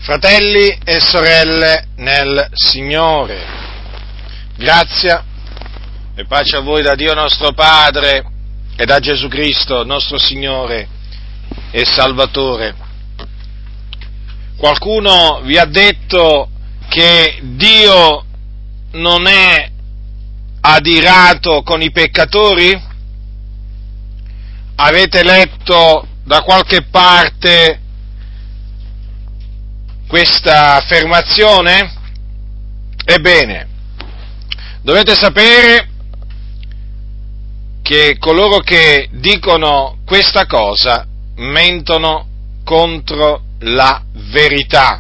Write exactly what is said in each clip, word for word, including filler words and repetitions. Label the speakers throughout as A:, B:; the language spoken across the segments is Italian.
A: Fratelli e sorelle nel Signore, grazia e pace a voi da Dio nostro Padre e da Gesù Cristo, nostro Signore e Salvatore. Qualcuno vi ha detto che Dio non è adirato con i peccatori? Avete letto da qualche parte questa affermazione? Ebbene, dovete sapere che coloro che dicono questa cosa mentono contro la verità,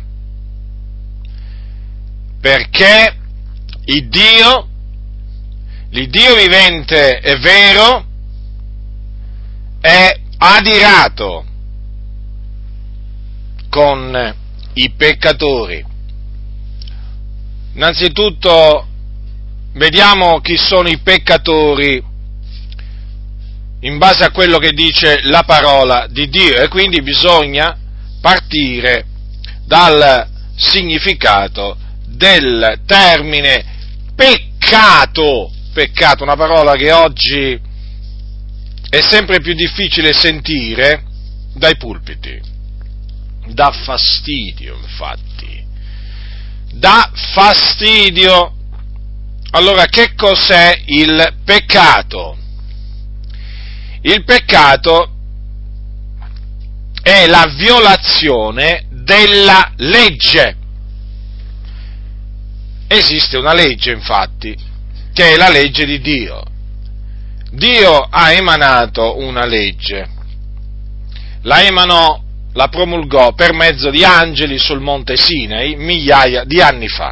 A: perché il Dio, l'Iddio vivente e vero, è adirato con i peccatori. Innanzitutto vediamo chi sono i peccatori in base a quello che dice la parola di Dio, e quindi bisogna partire dal significato del termine peccato. Peccato, una parola che oggi è sempre più difficile sentire dai pulpiti. Dà fastidio, infatti. Dà fastidio. Allora, che cos'è il peccato? Il peccato è la violazione della legge. Esiste una legge, infatti, che è la legge di Dio. Dio ha emanato una legge. La emanò, la promulgò per mezzo di angeli sul monte Sinai migliaia di anni fa.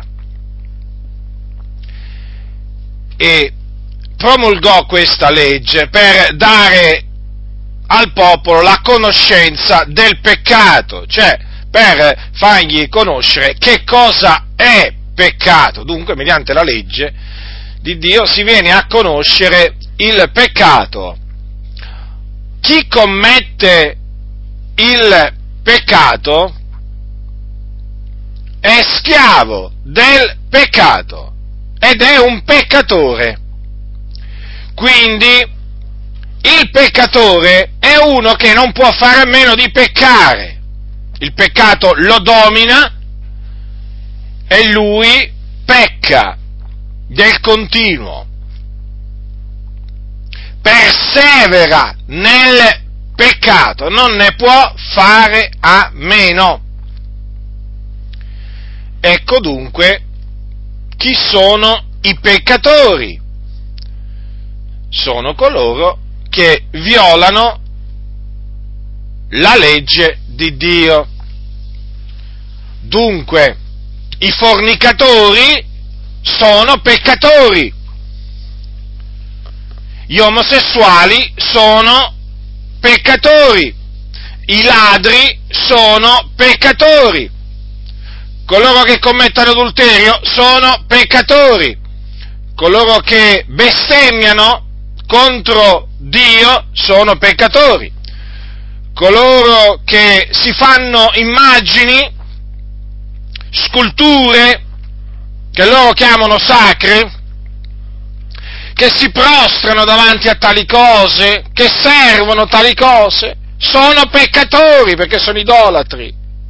A: E promulgò questa legge per dare al popolo la conoscenza del peccato, cioè per fargli conoscere che cosa è peccato. Dunque, mediante la legge di Dio si viene a conoscere il peccato. Chi commette il peccato è schiavo del peccato ed è un peccatore. Quindi il peccatore è uno che non può fare a meno di peccare. Il peccato lo domina e lui pecca del continuo. Persevera nel peccato, non ne può fare a meno. Ecco dunque chi sono i peccatori. Sono coloro che violano la legge di Dio. Dunque, i fornicatori sono peccatori. Gli omosessuali sono peccatori, i ladri sono peccatori, coloro che commettono adulterio sono peccatori, coloro che bestemmiano contro Dio sono peccatori, coloro che si fanno immagini, sculture, che loro chiamano sacre, che si prostrano davanti a tali cose, che servono tali cose, sono peccatori perché sono idolatri.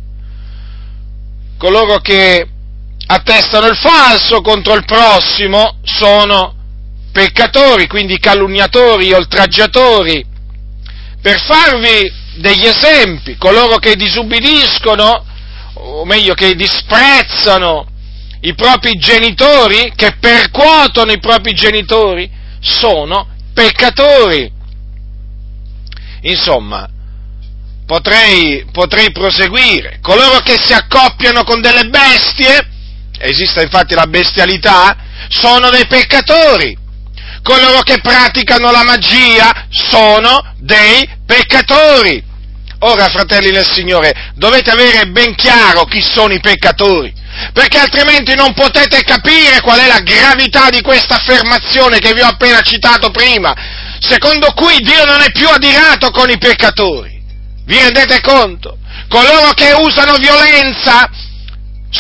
A: Coloro che attestano il falso contro il prossimo sono peccatori, quindi calunniatori, oltraggiatori. Per farvi degli esempi, coloro che disubbidiscono, o meglio che disprezzano i propri genitori, che percuotono i propri genitori, sono peccatori. Insomma, potrei, potrei proseguire. Coloro che si accoppiano con delle bestie, esiste infatti la bestialità, sono dei peccatori. Coloro che praticano la magia sono dei peccatori. Ora, fratelli del Signore, dovete avere ben chiaro chi sono i peccatori, perché altrimenti non potete capire qual è la gravità di questa affermazione che vi ho appena citato prima, secondo cui Dio non è più adirato con i peccatori. Vi rendete conto? Coloro che usano violenza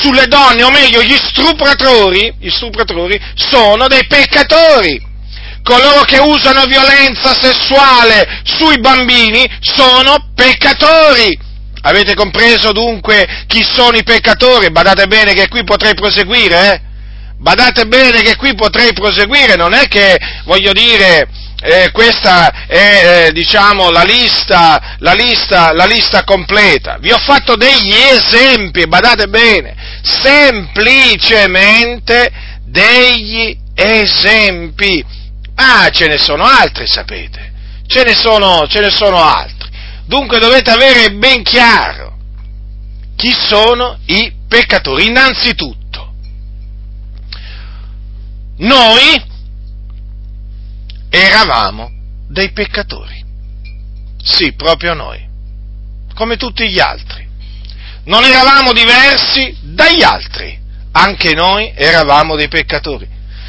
A: sulle donne, o meglio gli stupratori, gli stupratori sono dei peccatori. Coloro che usano violenza sessuale sui bambini sono peccatori. Avete compreso dunque chi sono i peccatori? Badate bene che qui potrei proseguire, eh? Badate bene che qui potrei proseguire, non è che, voglio dire, eh, questa è, eh, diciamo, la lista, la lista, la lista completa. Vi ho fatto degli esempi, badate bene, semplicemente degli esempi. Ah, ce ne sono altri, sapete, ce ne sono, ce ne sono altri. Dunque dovete avere ben chiaro chi sono i peccatori. Innanzitutto, noi eravamo dei peccatori. Sì, proprio noi, come tutti gli altri. Non eravamo diversi dagli altri, anche noi eravamo dei peccatori.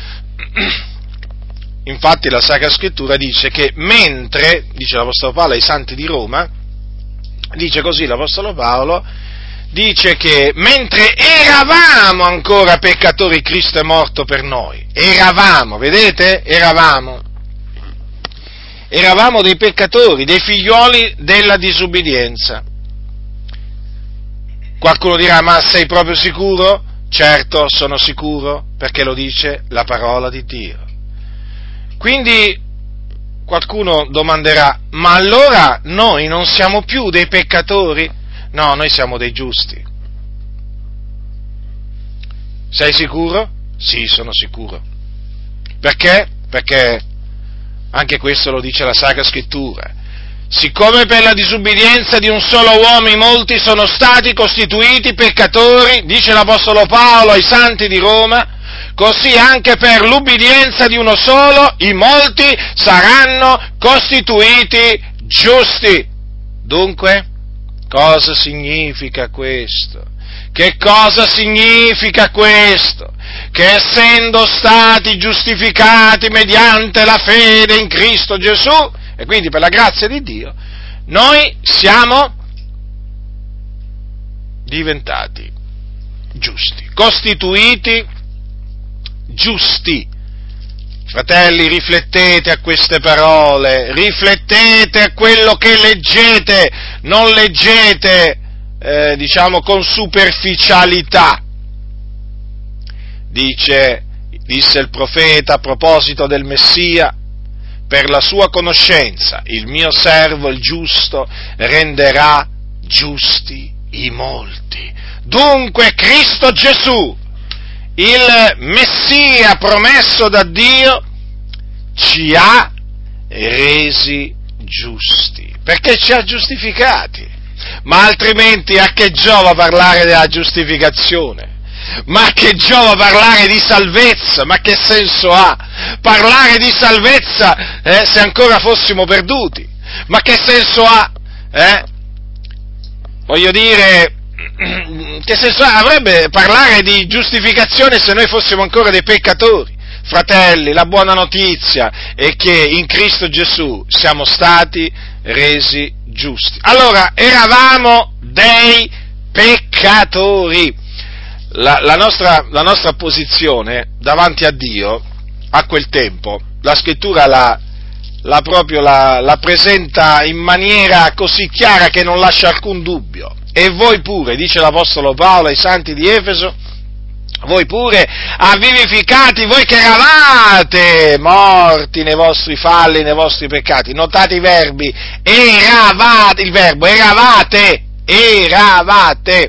A: Infatti la Sacra Scrittura dice che mentre, dice l'Apostolo Paolo ai Santi di Roma, dice così l'Apostolo Paolo, dice che mentre eravamo ancora peccatori, Cristo è morto per noi. Eravamo, vedete? Eravamo. Eravamo dei peccatori, dei figlioli della disubbidienza. Qualcuno dirà, ma sei proprio sicuro? Certo, sono sicuro, perché lo dice la parola di Dio. Quindi qualcuno domanderà, ma allora noi non siamo più dei peccatori? No, noi siamo dei giusti. Sei sicuro? Sì, sono sicuro. Perché? Perché anche questo lo dice la Sacra Scrittura. Siccome per la disubbidienza di un solo uomo i molti sono stati costituiti peccatori, dice l'Apostolo Paolo ai Santi di Roma, così anche per l'ubbidienza di uno solo i molti saranno costituiti giusti. Dunque, cosa significa questo? Che cosa significa questo? Che essendo stati giustificati mediante la fede in Cristo Gesù, e quindi per la grazia di Dio, noi siamo diventati giusti, costituiti giusti. Fratelli, riflettete a queste parole, riflettete a quello che leggete, non leggete, eh, diciamo, con superficialità. Dice, disse il profeta a proposito del Messia, per la sua conoscenza il mio servo, il giusto, renderà giusti i molti. Dunque Cristo Gesù, il Messia promesso da Dio, ci ha resi giusti, perché ci ha giustificati, ma altrimenti a che giova parlare della giustificazione? Ma che giova parlare di salvezza? Ma che senso ha parlare di salvezza eh, se ancora fossimo perduti? Ma che senso ha? Eh? Voglio dire, che senso avrebbe parlare di giustificazione se noi fossimo ancora dei peccatori? Fratelli, la buona notizia è che in Cristo Gesù siamo stati resi giusti. Allora, eravamo dei peccatori. La, la, nostra, la nostra posizione davanti a Dio, a quel tempo, la Scrittura la, la proprio la, la presenta in maniera così chiara che non lascia alcun dubbio. E voi pure, dice l'Apostolo Paolo ai Santi di Efeso, voi pure avvivificati, voi che eravate morti nei vostri falli, nei vostri peccati. Notate i verbi, eravate, il verbo, eravate, eravate,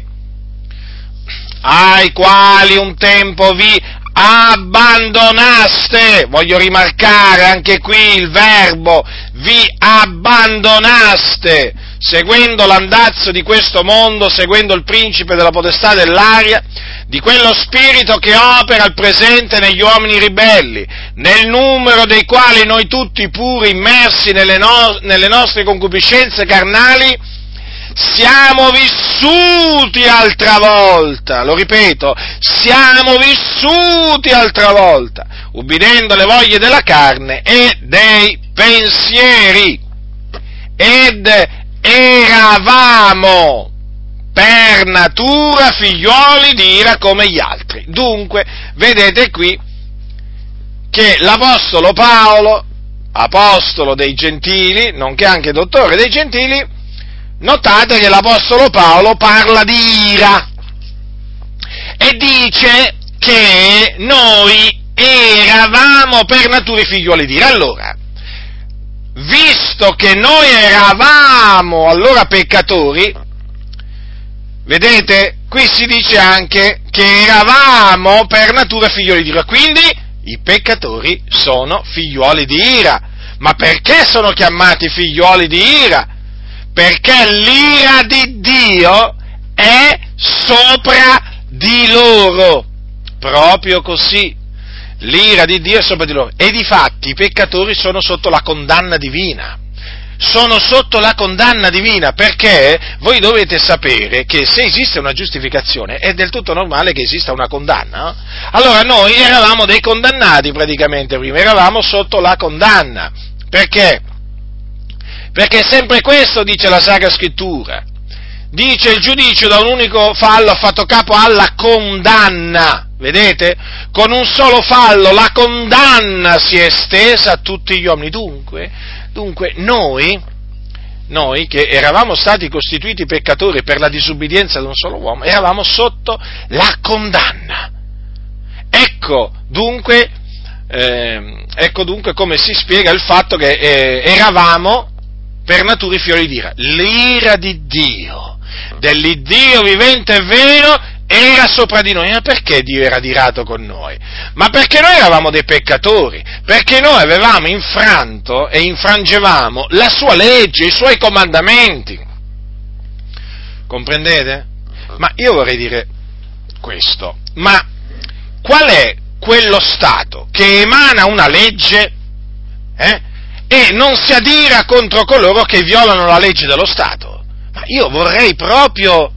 A: ai quali un tempo vi abbandonaste. Voglio rimarcare anche qui il verbo, vi abbandonaste, seguendo l'andazzo di questo mondo, seguendo il principe della potestà dell'aria, di quello spirito che opera al presente negli uomini ribelli, nel numero dei quali noi tutti pure immersi nelle, no- nelle nostre concupiscenze carnali siamo vissuti altra volta, lo ripeto, siamo vissuti altra volta, ubbidendo alle voglie della carne e dei pensieri, ed eravamo per natura figliuoli di ira come gli altri. Dunque, vedete qui che l'Apostolo Paolo, apostolo dei gentili, nonché anche dottore dei gentili, notate che l'Apostolo Paolo parla di ira e dice che noi eravamo per natura figliuoli di ira. Allora, visto che noi eravamo allora peccatori, vedete, qui si dice anche che eravamo per natura figliuoli di ira, quindi i peccatori sono figliuoli di ira. Ma perché sono chiamati figliuoli di ira? Perché l'ira di Dio è sopra di loro, proprio così, l'ira di Dio è sopra di loro, e difatti i peccatori sono sotto la condanna divina, sono sotto la condanna divina, perché voi dovete sapere che se esiste una giustificazione è del tutto normale che esista una condanna, no? Allora noi eravamo dei condannati praticamente prima, eravamo sotto la condanna, perché? Perché sempre questo dice la Sacra Scrittura, dice il giudice da un unico fallo ha fatto capo alla condanna, vedete? Con un solo fallo la condanna si è estesa a tutti gli uomini, dunque, dunque noi, noi che eravamo stati costituiti peccatori per la disubbidienza di un solo uomo, eravamo sotto la condanna. Ecco dunque, eh, ecco dunque come si spiega il fatto che eh, eravamo per natura figlioli di ira. L'ira di Dio, dell'Iddio vivente e vero, era sopra di noi. Ma perché Dio era adirato con noi? Ma perché noi eravamo dei peccatori, perché noi avevamo infranto e infrangevamo la sua legge, i suoi comandamenti. Comprendete? Ma io vorrei dire questo, ma qual è quello Stato che emana una legge eh, e non si adira contro coloro che violano la legge dello Stato? Ma io vorrei proprio,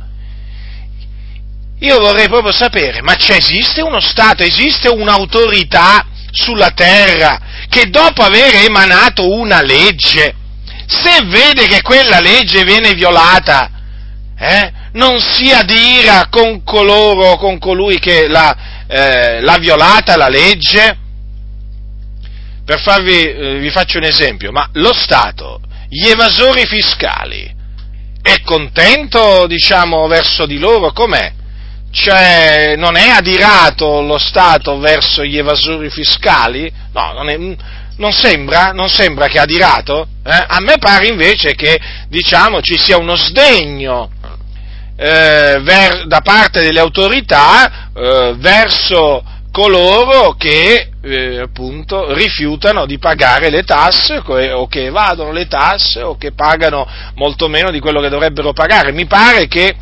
A: io vorrei proprio sapere, ma c'è, esiste uno Stato, esiste un'autorità sulla terra che dopo aver emanato una legge, se vede che quella legge viene violata, eh, non si adira con coloro, con colui che la, eh, l'ha violata la legge? Per farvi, eh, vi faccio un esempio, ma lo Stato, gli evasori fiscali, è contento, diciamo, verso di loro? Com'è? Cioè, non è adirato lo Stato verso gli evasori fiscali? No, non, è, non sembra, non sembra che è adirato? Eh? A me pare invece che, diciamo, ci sia uno sdegno eh, ver, da parte delle autorità eh, verso coloro che eh, appunto rifiutano di pagare le tasse o che evadono le tasse o che pagano molto meno di quello che dovrebbero pagare. Mi pare che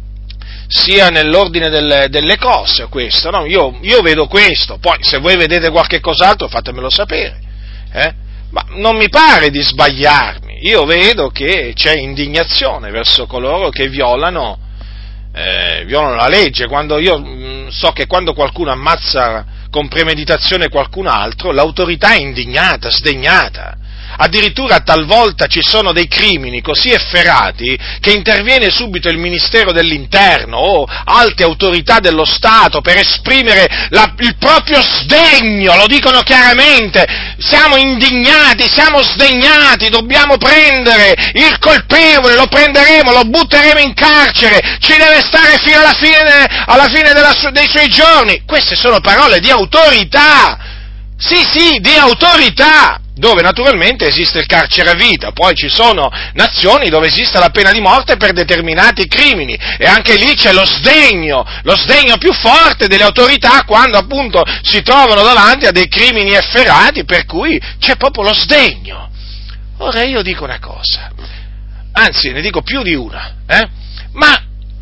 A: sia nell'ordine delle, delle cose questo, no? Io, io vedo questo, poi se voi vedete qualche cos'altro fatemelo sapere, eh? Ma non mi pare di sbagliarmi, io vedo che c'è indignazione verso coloro che violano Eh, violano la legge. Quando io mh, so che quando qualcuno ammazza con premeditazione qualcun altro, l'autorità è indignata, sdegnata. Addirittura talvolta ci sono dei crimini così efferati che interviene subito il Ministero dell'Interno o alte autorità dello Stato per esprimere la, il proprio sdegno, lo dicono chiaramente: siamo indignati, siamo sdegnati, dobbiamo prendere il colpevole, lo prenderemo, lo butteremo in carcere, ci deve stare fino alla fine, alla fine della, dei suoi giorni. Queste sono parole di autorità, sì sì, di autorità, dove naturalmente esiste il carcere a vita. Poi ci sono nazioni dove esiste la pena di morte per determinati crimini, e anche lì c'è lo sdegno, lo sdegno più forte delle autorità quando appunto si trovano davanti a dei crimini efferati, per cui c'è proprio lo sdegno. Ora io dico una cosa, anzi ne dico più di una, eh? Ma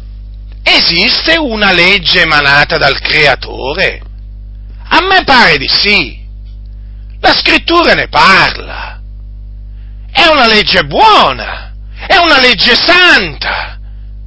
A: esiste una legge emanata dal Creatore? A me pare di sì. La Scrittura ne parla, è una legge buona, è una legge santa.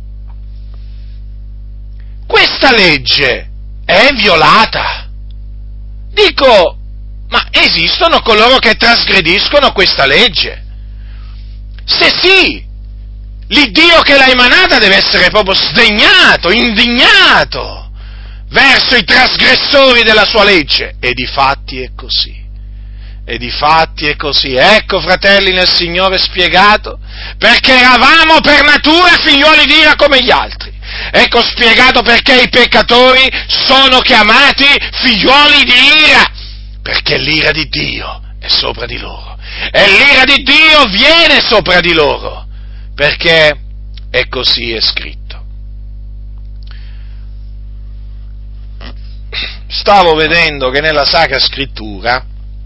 A: Questa legge è violata. Dico, ma esistono coloro che trasgrediscono questa legge? Se sì, l'Iddio che l'ha emanata deve essere proprio sdegnato, indignato verso i trasgressori della sua legge. E difatti è così. E difatti è così. Ecco, fratelli nel Signore, spiegato perché eravamo per natura figlioli di ira come gli altri. Ecco spiegato perché i peccatori sono chiamati figlioli di ira, perché l'ira di Dio è sopra di loro. E l'ira di Dio viene sopra di loro, perché è così è scritto. Stavo vedendo che nella Sacra Scrittura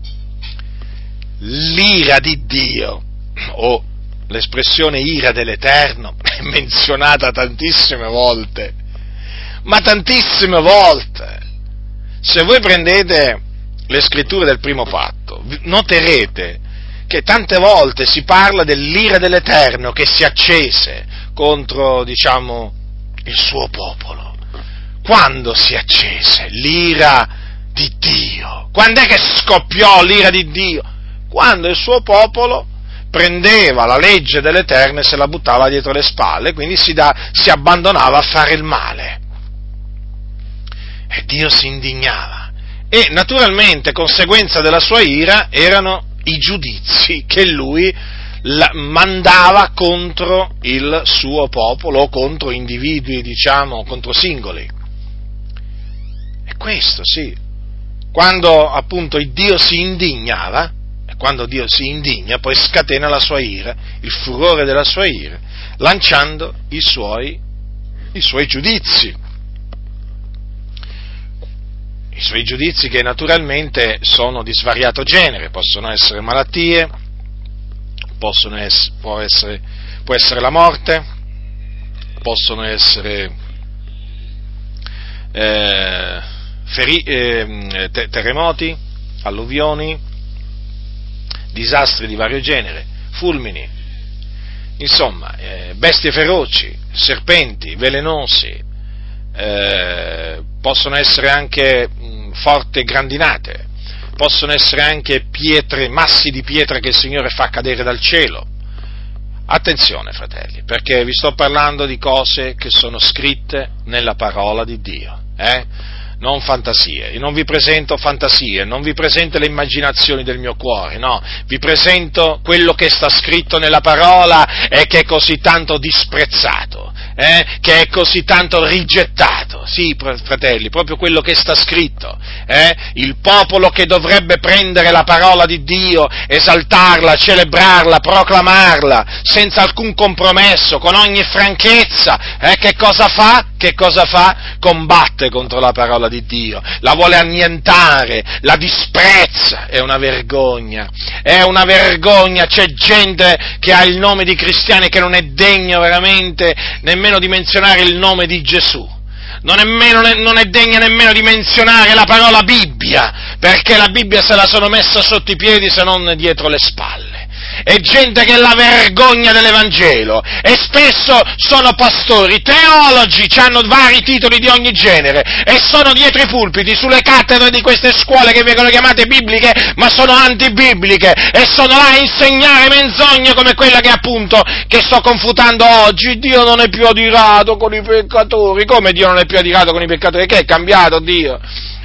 A: l'ira di Dio, o l'espressione ira dell'Eterno, è menzionata tantissime volte, ma tantissime volte. Se voi prendete le scritture del Primo Patto, noterete che tante volte si parla dell'ira dell'Eterno che si accese contro, diciamo, il suo popolo. Quando si accese l'ira di Dio? Quando è che scoppiò l'ira di Dio? Quando il suo popolo prendeva la legge dell'Eterno e se la buttava dietro le spalle, quindi si, da, si abbandonava a fare il male. E Dio si indignava. E naturalmente, conseguenza della sua ira, erano i giudizi che lui la, mandava contro il suo popolo, o contro individui, diciamo, contro singoli. E questo, sì. Quando appunto il Dio si indignava, quando Dio si indigna, poi scatena la sua ira, il furore della sua ira, lanciando i suoi, i suoi giudizi. I suoi giudizi che naturalmente sono di svariato genere, possono essere malattie, possono essere, può essere, può essere la morte, possono essere eh, feri, eh, te, terremoti, alluvioni, disastri di vario genere, fulmini, insomma, eh, bestie feroci, serpenti, velenosi, eh, possono essere anche mh, forti grandinate, possono essere anche pietre, massi di pietra che il Signore fa cadere dal cielo. Attenzione, fratelli, perché vi sto parlando di cose che sono scritte nella parola di Dio, eh? Non fantasie. Io non vi presento fantasie, non vi presento le immaginazioni del mio cuore, no, vi presento quello che sta scritto nella parola e che è così tanto disprezzato, eh? Che è così tanto rigettato, sì, fratelli, proprio quello che sta scritto, eh? Il popolo che dovrebbe prendere la parola di Dio, esaltarla, celebrarla, proclamarla, senza alcun compromesso, con ogni franchezza, eh? Che cosa fa? Che cosa fa? Combatte contro la parola di Dio, la vuole annientare, la disprezza. È una vergogna, è una vergogna. C'è gente che ha il nome di cristiani che non è degno veramente nemmeno di menzionare il nome di Gesù. Non è, meno, non è degna nemmeno di menzionare la parola Bibbia, perché la Bibbia se la sono messa sotto i piedi se non dietro le spalle. È gente che è la vergogna dell'Evangelo, e spesso sono pastori, teologi, hanno vari titoli di ogni genere, e sono dietro i pulpiti, sulle cattedre di queste scuole che vengono chiamate bibliche, ma sono antibibliche, e sono là a insegnare menzogne come quella che appunto, che sto confutando oggi. Dio non è più adirato con i peccatori. Come Dio non è più adirato con i peccatori? Che è cambiato Dio?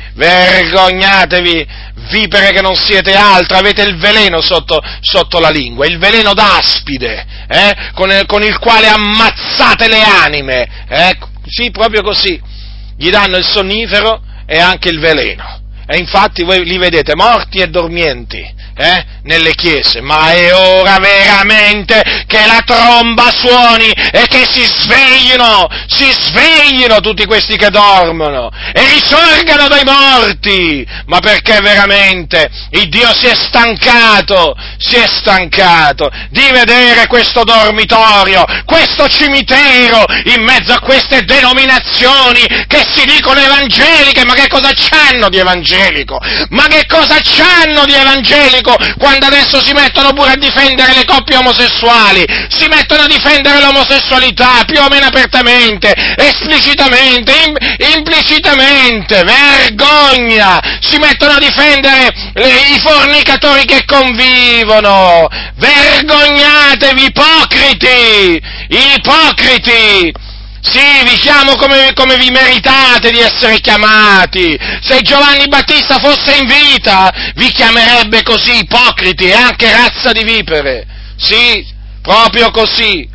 A: Vergognatevi, vipere che non siete altro, avete il veleno sotto, sotto la lingua, il veleno d'aspide, eh, con, con il quale ammazzate le anime, eh, sì, proprio così, gli danno il sonnifero e anche il veleno, e infatti voi li vedete morti e dormienti, eh, nelle chiese, ma è ora veramente che la tromba suoni e che si sveglino, si sveglino tutti questi che dormono e risorgano dai morti, ma perché veramente il Dio si è stancato, si è stancato di vedere questo dormitorio, questo cimitero in mezzo a queste denominazioni che si dicono evangeliche. Ma che cosa c'hanno di evangelico? Ma che cosa c'hanno di evangelico? Quando adesso si mettono pure a difendere le coppie omosessuali, si mettono a difendere l'omosessualità più o meno apertamente, esplicitamente, in, implicitamente, vergogna, si mettono a difendere le, i fornicatori che convivono, vergognatevi ipocriti, ipocriti, sì, vi chiamo come, come vi meritate di essere chiamati. Se Giovanni Battista fosse in vita, vi chiamerebbe così, ipocriti e anche razza di vipere. Sì, proprio così.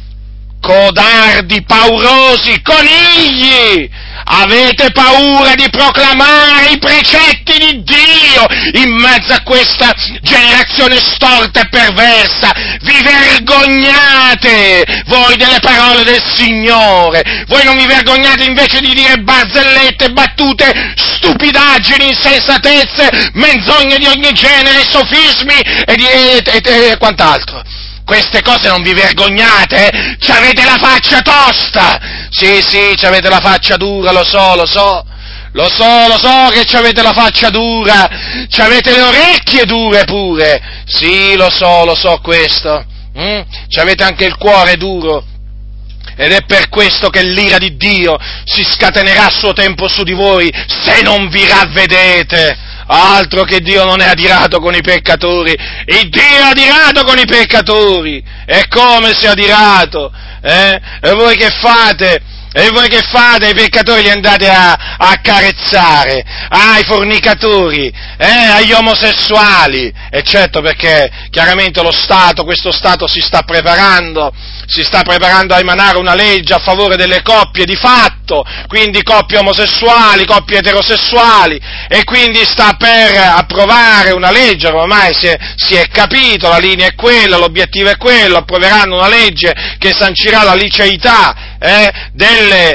A: Codardi, paurosi, conigli! Avete paura di proclamare i precetti di Dio in mezzo a questa generazione storta e perversa. Vi vergognate voi delle parole del Signore. Voi non vi vergognate invece di dire barzellette, battute, stupidaggini, insensatezze, menzogne di ogni genere, sofismi e, di, e, e, e quant'altro. Queste cose non vi vergognate? C'avete la faccia tosta! Sì, sì, c'avete la faccia dura, lo so, lo so, lo so, lo so che c'avete la faccia dura, c'avete le orecchie dure pure, sì, lo so, lo so questo, mm? C'avete anche il cuore duro, ed è per questo che l'ira di Dio si scatenerà a suo tempo su di voi, se non vi ravvedete. Altro che Dio non è adirato con i peccatori, il Dio è adirato con i peccatori, e come si è adirato, eh? E voi che fate? E voi che fate? I peccatori li andate a, a accarezzare, ai fornicatori, eh? Agli omosessuali, e certo perché chiaramente lo Stato, questo Stato si sta preparando, si sta preparando a emanare una legge a favore delle coppie di fatto, quindi coppie omosessuali, coppie eterosessuali, e quindi sta per approvare una legge, ormai si è, si è capito, la linea è quella, l'obiettivo è quello, approveranno una legge che sancirà la liceità eh, delle,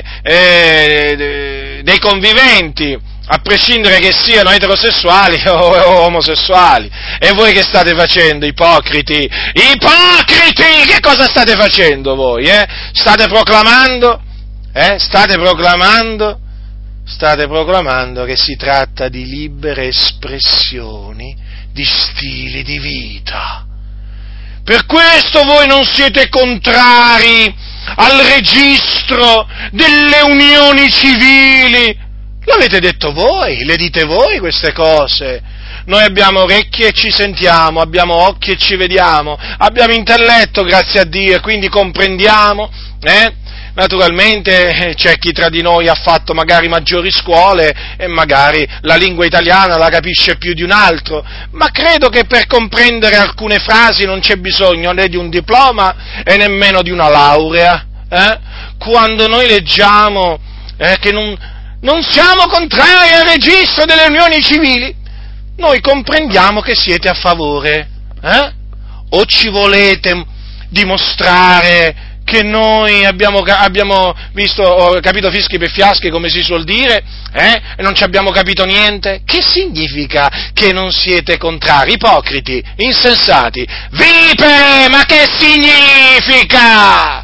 A: eh, dei conviventi, a prescindere che siano eterosessuali o, o omosessuali. E voi che state facendo, ipocriti? Ipocriti! Che cosa state facendo voi? Eh? State proclamando? Eh? State proclamando? State proclamando che si tratta di libere espressioni di stili di vita. Per questo voi non siete contrari al registro delle unioni civili. L'avete detto voi, le dite voi queste cose. Noi abbiamo orecchie e ci sentiamo, abbiamo occhi e ci vediamo, abbiamo intelletto, grazie a Dio, e quindi comprendiamo, eh? Naturalmente c'è chi tra di noi ha fatto magari maggiori scuole e magari la lingua italiana la capisce più di un altro, ma credo che per comprendere alcune frasi non c'è bisogno né di un diploma e nemmeno di una laurea. Eh? Quando noi leggiamo eh, che non, non siamo contrari al registro delle unioni civili, noi comprendiamo che siete a favore. Eh? O ci volete dimostrare che noi abbiamo, abbiamo visto, ho capito fischi per fiaschi, come si suol dire, eh? E non ci abbiamo capito niente? Che significa che non siete contrari? Ipocriti, insensati, vipere, ma che significa?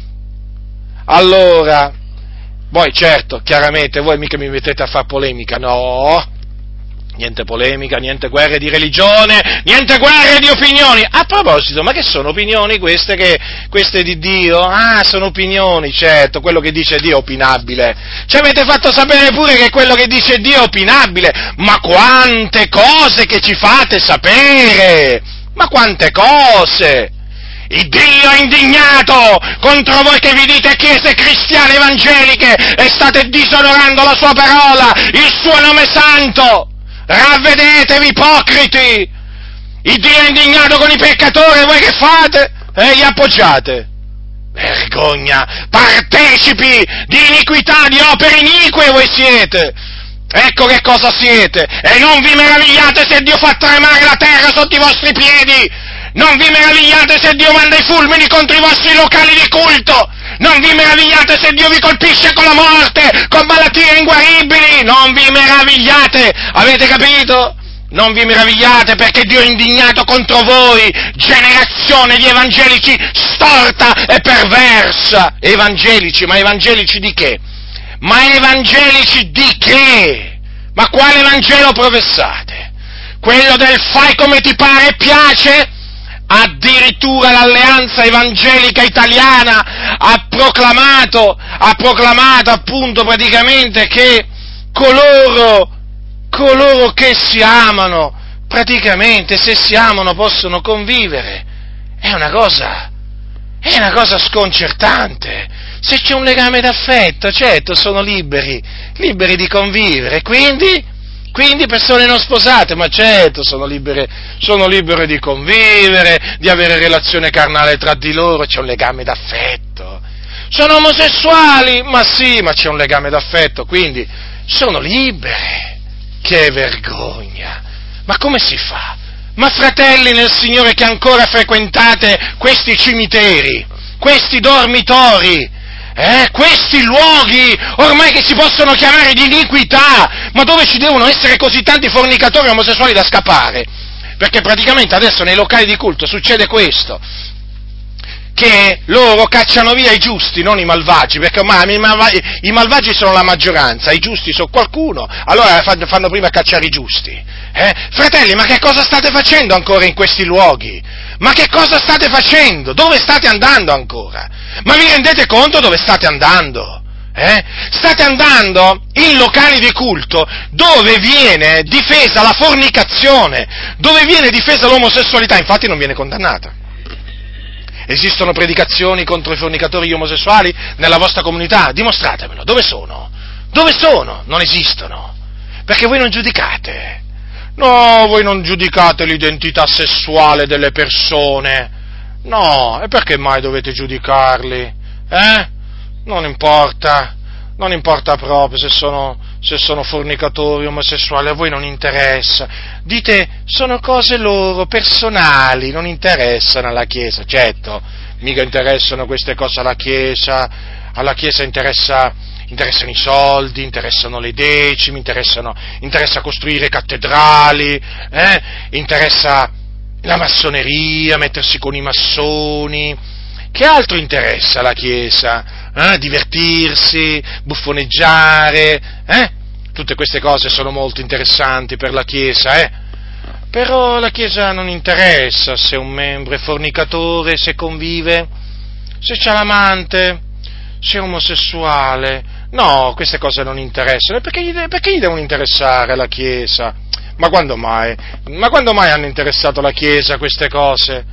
A: Allora, voi certo, chiaramente, voi mica mi mettete a far polemica, no? Niente polemica, niente guerre di religione, niente guerre di opinioni. A proposito, ma che sono opinioni queste, che, queste di Dio? Ah, sono opinioni, certo, quello che dice Dio è opinabile. Ci avete fatto sapere pure che quello che dice Dio è opinabile. Ma quante cose che ci fate sapere! Ma quante cose! Il Dio è indignato contro voi che vi dite chiese cristiane evangeliche e state disonorando la sua parola, il suo nome santo. Ravvedetevi, ipocriti! Il Dio è indignato con i peccatori e voi che fate? Eh, li appoggiate? Vergogna! Partecipi di iniquità, di opere inique voi siete! Ecco che cosa siete! E non vi meravigliate se Dio fa tremare la terra sotto i vostri piedi! Non vi meravigliate se Dio manda i fulmini contro i vostri locali di culto! Non vi meravigliate se Dio vi colpisce con la morte, con malattie inguaribili! Non vi meravigliate! Avete capito? Non vi meravigliate perché Dio è indignato contro voi, generazione di evangelici storta e perversa! Evangelici, ma evangelici di che? Ma evangelici di che? Ma quale Vangelo professate? Quello del fai come ti pare e piace? Addirittura l'Alleanza Evangelica Italiana ha proclamato, ha proclamato appunto praticamente che coloro, coloro che si amano, praticamente se si amano possono convivere. È una cosa, è una cosa sconcertante. Se c'è un legame d'affetto, certo, sono liberi, liberi di convivere, quindi, quindi persone non sposate, ma certo, sono libere, sono libere di convivere, di avere relazione carnale tra di loro, c'è un legame d'affetto. Sono omosessuali, ma sì, ma c'è un legame d'affetto, quindi sono libere. Che vergogna! Ma come si fa? Ma fratelli nel Signore che ancora frequentate questi cimiteri, questi dormitori, eh, questi luoghi ormai che si possono chiamare di iniquità, ma dove ci devono essere così tanti fornicatori omosessuali da scappare? Perché praticamente adesso nei locali di culto succede questo, che loro cacciano via i giusti, non i malvagi, perché ormai i malvagi, i malvagi sono la maggioranza, i giusti sono qualcuno, allora fanno prima a cacciare i giusti. Eh? Fratelli, ma che cosa state facendo ancora in questi luoghi? Ma che cosa state facendo? Dove state andando ancora? Ma vi rendete conto dove state andando? Eh? State andando in locali di culto dove viene difesa la fornicazione, dove viene difesa l'omosessualità, infatti non viene condannata. Esistono predicazioni contro i fornicatori omosessuali nella vostra comunità? Dimostratemelo, dove sono? Dove sono? Non esistono, perché voi non giudicate. No, voi non giudicate l'identità sessuale delle persone. No, e perché mai dovete giudicarli? Eh? Non importa, non importa proprio se sono, se sono fornicatori omosessuali, a voi non interessa. Dite, sono cose loro, personali, non interessano alla Chiesa. Certo, mica interessano queste cose alla Chiesa, alla Chiesa interessa... interessano i soldi, interessano le decime, interessano, interessa costruire cattedrali, eh? interessa la massoneria, mettersi con i massoni. Che altro interessa alla Chiesa? Eh? Divertirsi, buffoneggiare, eh? Tutte queste cose sono molto interessanti per la Chiesa, eh? Però la Chiesa non interessa se un membro è fornicatore, se convive, se c'ha l'amante, se è omosessuale. No, queste cose non interessano. Perché gli, de- perché gli devono interessare alla Chiesa? Ma quando mai? Ma quando mai hanno interessato la Chiesa queste cose?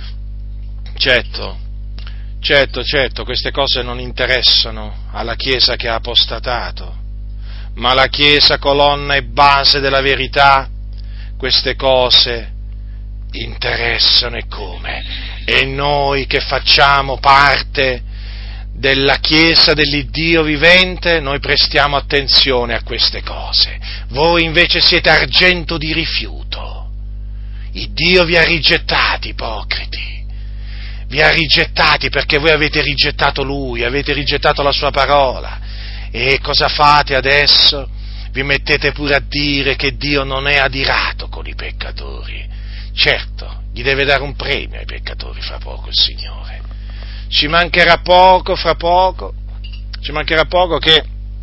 A: Certo, certo, certo, queste cose non interessano alla Chiesa che ha apostatato. Ma la Chiesa, colonna e base della verità, queste cose interessano e come? E noi che facciamo parte della Chiesa dell'Iddio vivente, noi prestiamo attenzione a queste cose. Voi invece siete argento di rifiuto. Il Dio vi ha rigettati, ipocriti. Vi ha rigettati perché voi avete rigettato Lui, avete rigettato la Sua parola. E cosa fate adesso? Vi mettete pure a dire che Dio non è adirato con i peccatori. Certo, gli deve dare un premio ai peccatori fra poco il Signore. Ci mancherà poco, fra poco, ci mancherà poco che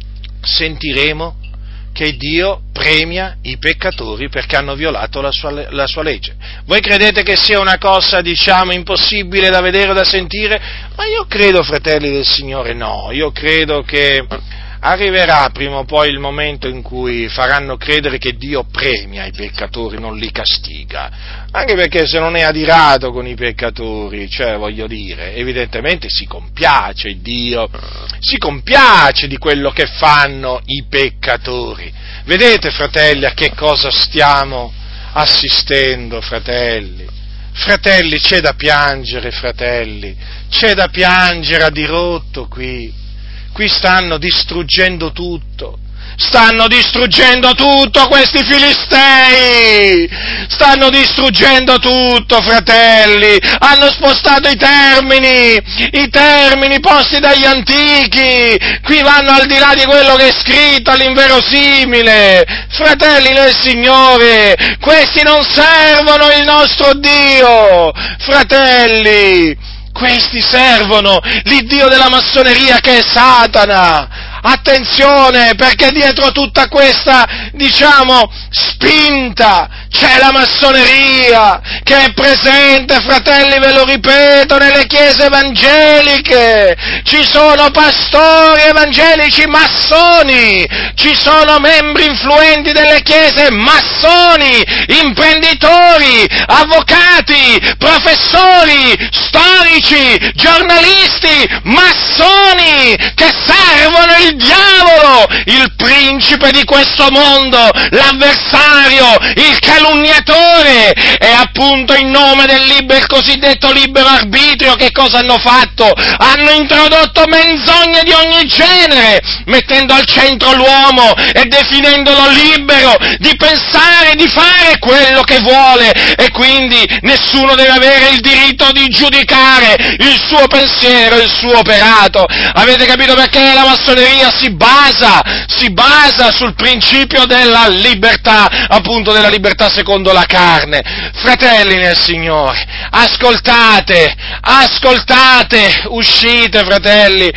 A: sentiremo che Dio premia i peccatori perché hanno violato la sua, la sua legge. Voi credete che sia una cosa, diciamo, impossibile da vedere o da sentire? Ma io credo, fratelli del Signore, no, io credo che arriverà prima o poi il momento in cui faranno credere che Dio premia i peccatori, non li castiga, anche perché se non è adirato con i peccatori, cioè voglio dire, evidentemente si compiace Dio, si compiace di quello che fanno i peccatori. Vedete, fratelli, a che cosa stiamo assistendo, fratelli? Fratelli, c'è da piangere, fratelli, c'è da piangere a dirotto qui. Qui stanno distruggendo tutto, stanno distruggendo tutto questi filistei, stanno distruggendo tutto, fratelli, hanno spostato i termini, i termini posti dagli antichi, qui vanno al di là di quello che è scritto, all'inverosimile. Fratelli nel Signore, questi non servono il nostro Dio, fratelli. Questi servono l'iddio della massoneria che è Satana. Attenzione, perché dietro tutta questa, diciamo, spinta, c'è la massoneria che è presente, fratelli, ve lo ripeto, nelle chiese evangeliche, ci sono pastori evangelici massoni, ci sono membri influenti delle chiese massoni, imprenditori, avvocati, professori, storici, giornalisti, massoni, che servono il diavolo, il principe di questo mondo, l'avversario, il calunniatore, e appunto in nome del libero, il cosiddetto libero arbitrio, che cosa hanno fatto? Hanno introdotto menzogne di ogni genere, mettendo al centro l'uomo e definendolo libero di pensare, di fare quello che vuole, e quindi nessuno deve avere il diritto di giudicare il suo pensiero, il suo operato. Avete capito perché la massoneria si basa, si basa sul principio della libertà, appunto della libertà secondo la carne. Fratelli nel Signore, ascoltate, ascoltate, uscite fratelli,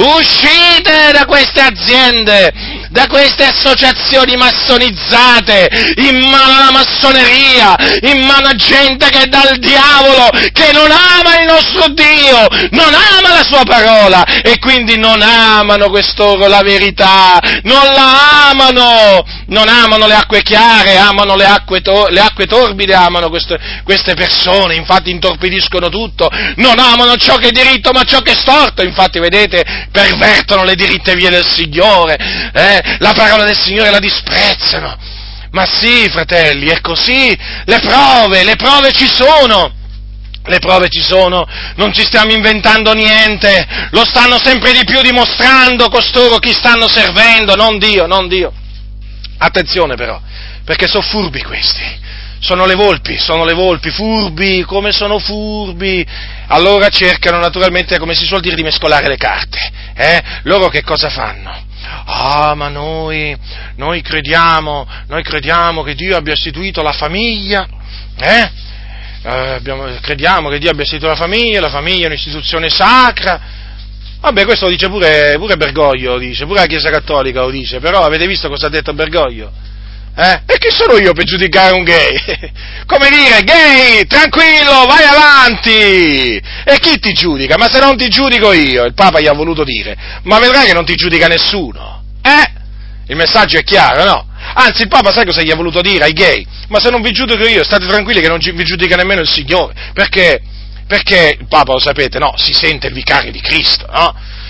A: uscite da queste aziende, da queste associazioni massonizzate, in mano alla massoneria, in mano a gente che è dal diavolo, che non ama il nostro Dio, non ama la sua parola, e quindi non amano quest'oro la verità, non la amano, non amano le acque chiare, amano le acque, to- le acque torbide, amano queste, queste persone, infatti intorpidiscono tutto, non amano ciò che è diritto ma ciò che è storto, infatti vedete, pervertono le diritte vie del Signore, eh? La parola del Signore la disprezzano. Ma sì, fratelli, è così, le prove, le prove ci sono. Le prove ci sono, non ci stiamo inventando niente, lo stanno sempre di più dimostrando costoro chi stanno servendo, non Dio, non Dio. Attenzione però, perché sono furbi questi, sono le volpi, sono le volpi, furbi, come sono furbi, allora cercano naturalmente, come si suol dire, di mescolare le carte, eh? Loro che cosa fanno? Ah, ma noi, noi crediamo, noi crediamo che Dio abbia istituito la famiglia, eh? Eh, abbiamo, crediamo che Dio abbia istituito la famiglia, la famiglia è un'istituzione sacra. Vabbè, questo lo dice pure, pure Bergoglio, lo dice, pure la Chiesa Cattolica lo dice, però avete visto cosa ha detto Bergoglio? Eh? E chi sono io per giudicare un gay? Come dire, gay, tranquillo, vai avanti! E chi ti giudica? Ma se non ti giudico io, il Papa gli ha voluto dire, ma vedrai che non ti giudica nessuno, eh? Il messaggio è chiaro, no? Anzi, il Papa sai cosa gli ha voluto dire ai gay? Ma se non vi giudico io, state tranquilli che non vi giudica nemmeno il Signore, perché, perché il Papa, lo sapete, no? Si sente il vicario di Cristo, no?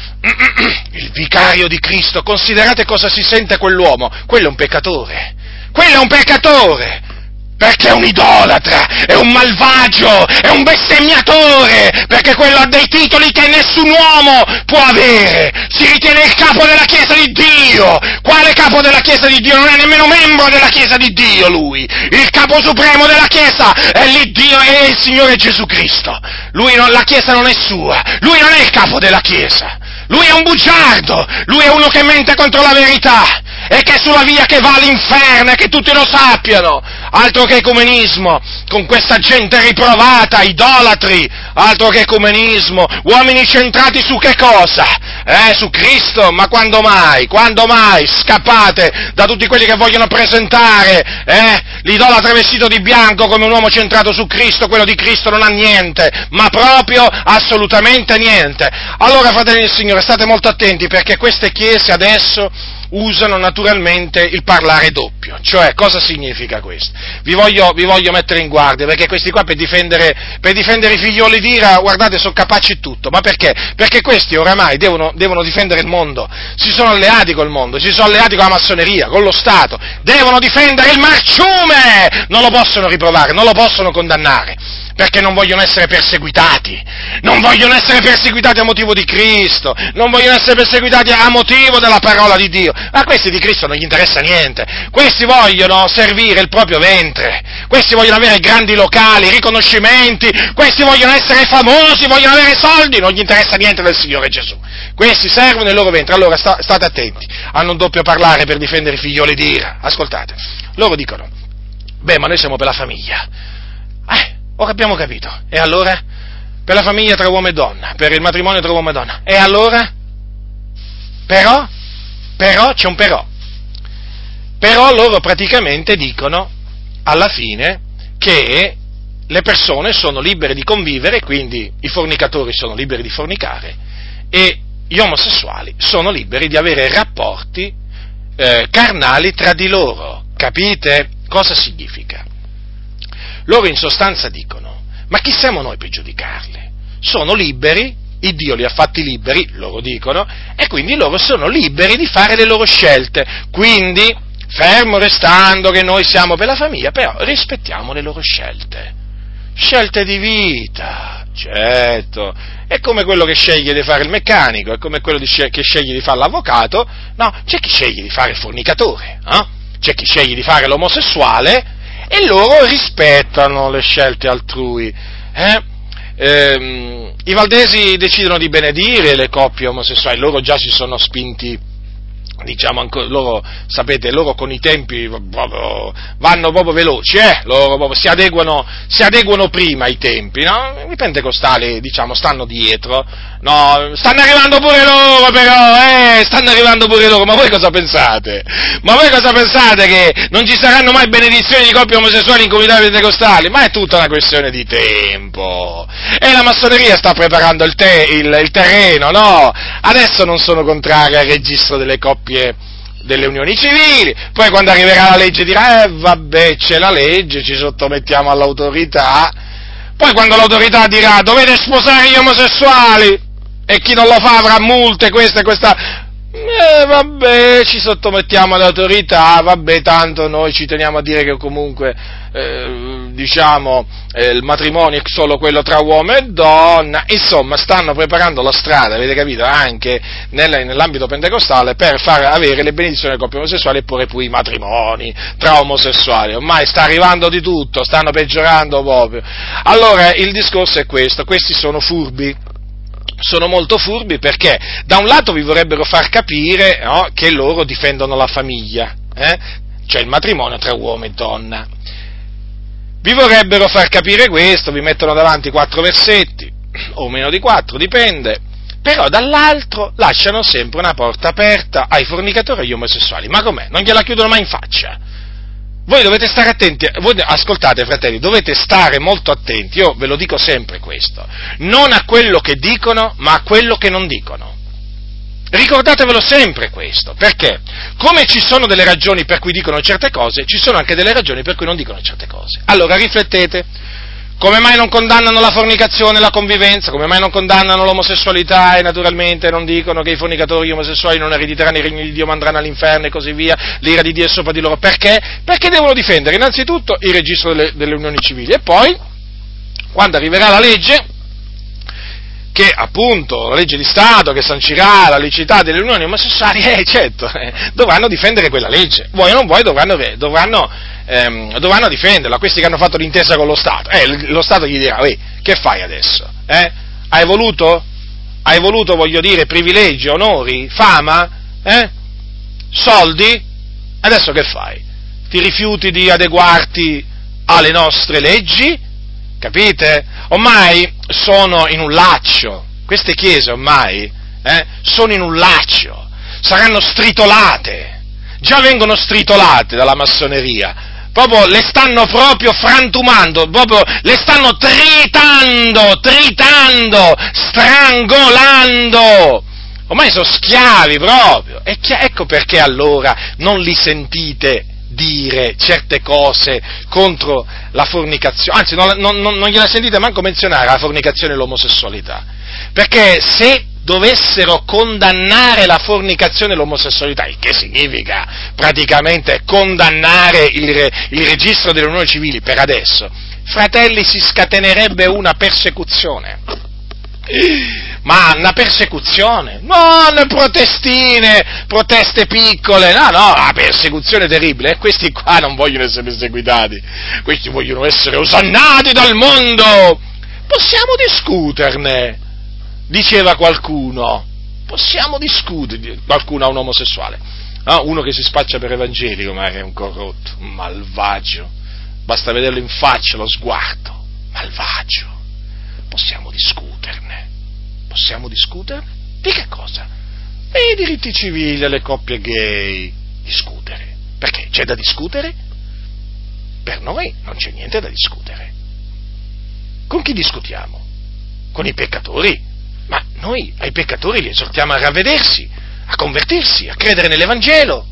A: Il vicario di Cristo, considerate cosa si sente quell'uomo, quello è un peccatore, quello è un peccatore, perché è un idolatra, è un malvagio, è un bestemmiatore, perché quello ha dei titoli che nessun uomo può avere, si ritiene il capo della Chiesa di Dio. Quale capo della Chiesa di Dio? Non è nemmeno membro della Chiesa di Dio lui, il capo supremo della Chiesa è l'Iddio, è il Signore Gesù Cristo, lui non, la Chiesa non è sua, lui non è il capo della Chiesa, lui è un bugiardo, lui è uno che mente contro la verità, e che è sulla via che va all'inferno, e che tutti lo sappiano, altro che ecumenismo, con questa gente riprovata, idolatri, altro che ecumenismo, uomini centrati su che cosa? Eh, su Cristo, ma quando mai, quando mai scappate da tutti quelli che vogliono presentare, eh, l'idolatra vestito di bianco come un uomo centrato su Cristo, quello di Cristo non ha niente, ma proprio assolutamente niente. Allora, fratelli del Signore, state molto attenti, perché queste chiese adesso usano naturalmente il parlare doppio, cioè cosa significa questo? Vi voglio, vi voglio mettere in guardia, perché questi qua per difendere, per difendere i figlioli d'ira, guardate, sono capaci di tutto, ma perché? Perché questi oramai devono, devono difendere il mondo, si sono alleati col mondo, si sono alleati con la massoneria, con lo Stato, devono difendere il marciume, non lo possono riprovare, non lo possono condannare, perché non vogliono essere perseguitati, non vogliono essere perseguitati a motivo di Cristo, non vogliono essere perseguitati a motivo della parola di Dio, ma a questi di Cristo non gli interessa niente, questi vogliono servire il proprio ventre, questi vogliono avere grandi locali, riconoscimenti, questi vogliono essere famosi, vogliono avere soldi, non gli interessa niente del Signore Gesù, questi servono il loro ventre. Allora sta, state attenti, hanno un doppio parlare per difendere i figlioli di ira, ascoltate, loro dicono, beh, ma noi siamo per la famiglia, eh, ora abbiamo capito, e allora? Per la famiglia tra uomo e donna, per il matrimonio tra uomo e donna, e allora? Però? Però, c'è un però. Però loro praticamente dicono, alla fine, che le persone sono libere di convivere, quindi i fornicatori sono liberi di fornicare, e gli omosessuali sono liberi di avere rapporti eh, carnali tra di loro. Capite cosa significa? Loro in sostanza dicono, ma chi siamo noi per giudicarli? Sono liberi, il Dio li ha fatti liberi, loro dicono, e quindi loro sono liberi di fare le loro scelte, quindi, fermo restando che noi siamo per la famiglia, però rispettiamo le loro scelte, scelte di vita, certo, è come quello che sceglie di fare il meccanico, è come quello di sce- che sceglie di fare l'avvocato, no, c'è chi sceglie di fare il fornicatore, eh? C'è chi sceglie di fare l'omosessuale, e loro rispettano le scelte altrui. Eh? Ehm, I valdesi decidono di benedire le coppie omosessuali, loro già si sono spinti, diciamo, ancora, loro, sapete, loro con i tempi proprio, vanno proprio veloci, eh? Loro proprio si adeguano, si adeguano prima ai tempi, no? I pentecostali, diciamo, stanno dietro, no? Stanno arrivando pure loro, però, eh? Stanno arrivando pure loro, ma voi cosa pensate? Ma voi cosa pensate, che non ci saranno mai benedizioni di coppie omosessuali in comunità pentecostali? Ma è tutta una questione di tempo, e la massoneria sta preparando il, te, il, il terreno, no? Adesso non sono contrari al registro delle coppie, delle unioni civili, poi quando arriverà la legge dirà, eh vabbè, c'è la legge, ci sottomettiamo all'autorità, poi quando l'autorità dirà dovete sposare gli omosessuali, e chi non lo fa avrà multe, questa e questa, eh vabbè, ci sottomettiamo all'autorità, vabbè, tanto noi ci teniamo a dire che comunque, eh, diciamo, eh, il matrimonio è solo quello tra uomo e donna, insomma, stanno preparando la strada, avete capito, anche nel, nell'ambito pentecostale per far avere le benedizioni delle coppie omosessuali e pure poi i matrimoni tra omosessuali. Ormai sta arrivando di tutto, stanno peggiorando proprio. Allora, il discorso è questo, questi sono furbi. Sono molto furbi perché da un lato vi vorrebbero far capire, no, che loro difendono la famiglia, eh? Cioè il matrimonio tra uomo e donna. Vi vorrebbero far capire questo, vi mettono davanti quattro versetti, o meno di quattro, dipende, però dall'altro lasciano sempre una porta aperta ai fornicatori e agli omosessuali. Ma com'è? Non gliela chiudono mai in faccia. Voi dovete stare attenti, voi ascoltate fratelli, dovete stare molto attenti, io ve lo dico sempre questo, non a quello che dicono, ma a quello che non dicono. Ricordatevelo sempre questo, perché come ci sono delle ragioni per cui dicono certe cose, ci sono anche delle ragioni per cui non dicono certe cose. Allora riflettete. Come mai non condannano la fornicazione e la convivenza? Come mai non condannano l'omosessualità e naturalmente non dicono che i fornicatori omosessuali non erediteranno il regno di Dio ma andranno all'inferno e così via? L'ira di Dio è sopra di loro. Perché? Perché devono difendere innanzitutto il registro delle, delle unioni civili e poi, quando arriverà la legge, che appunto, la legge di Stato che sancirà la licità delle unioni omosessuali, eh certo, eh, dovranno difendere quella legge. Vuoi o non vuoi, dovranno, dovranno, ehm, dovranno difenderla. Questi che hanno fatto l'intesa con lo Stato, eh, lo Stato gli dirà, ehi, che fai adesso? Eh? Hai voluto? Hai voluto, voglio dire, privilegi, onori, fama? Eh? Soldi? Adesso che fai? Ti rifiuti di adeguarti alle nostre leggi? Capite? Ormai sono in un laccio, queste chiese ormai eh, sono in un laccio, saranno stritolate, già vengono stritolate dalla massoneria, proprio le stanno proprio frantumando, proprio le stanno tritando, tritando, strangolando, ormai sono schiavi proprio, e ecco perché allora non li sentite dire certe cose contro la fornicazione, anzi non, non, non gliela sentite manco menzionare la fornicazione e l'omosessualità, perché se dovessero condannare la fornicazione e l'omosessualità, il che significa praticamente condannare il, il registro delle unioni civili per adesso, fratelli, si scatenerebbe una persecuzione. Ma una persecuzione, non protestine, proteste piccole, no, no, una persecuzione terribile, e questi qua non vogliono essere perseguitati, questi vogliono essere osannati dal mondo. Possiamo discuterne, diceva qualcuno, possiamo discutere, qualcuno ha un omosessuale, no? Uno che si spaccia per evangelico, ma è un corrotto, un malvagio, basta vederlo in faccia, lo sguardo, malvagio. Possiamo discuterne, possiamo discutere? Di che cosa? Dei diritti civili alle coppie gay, discutere, Perché c'è da discutere? Per noi non c'è niente da discutere. Con chi discutiamo? Con i peccatori? Ma noi ai peccatori li esortiamo a ravvedersi, a convertirsi, a credere nell'Evangelo.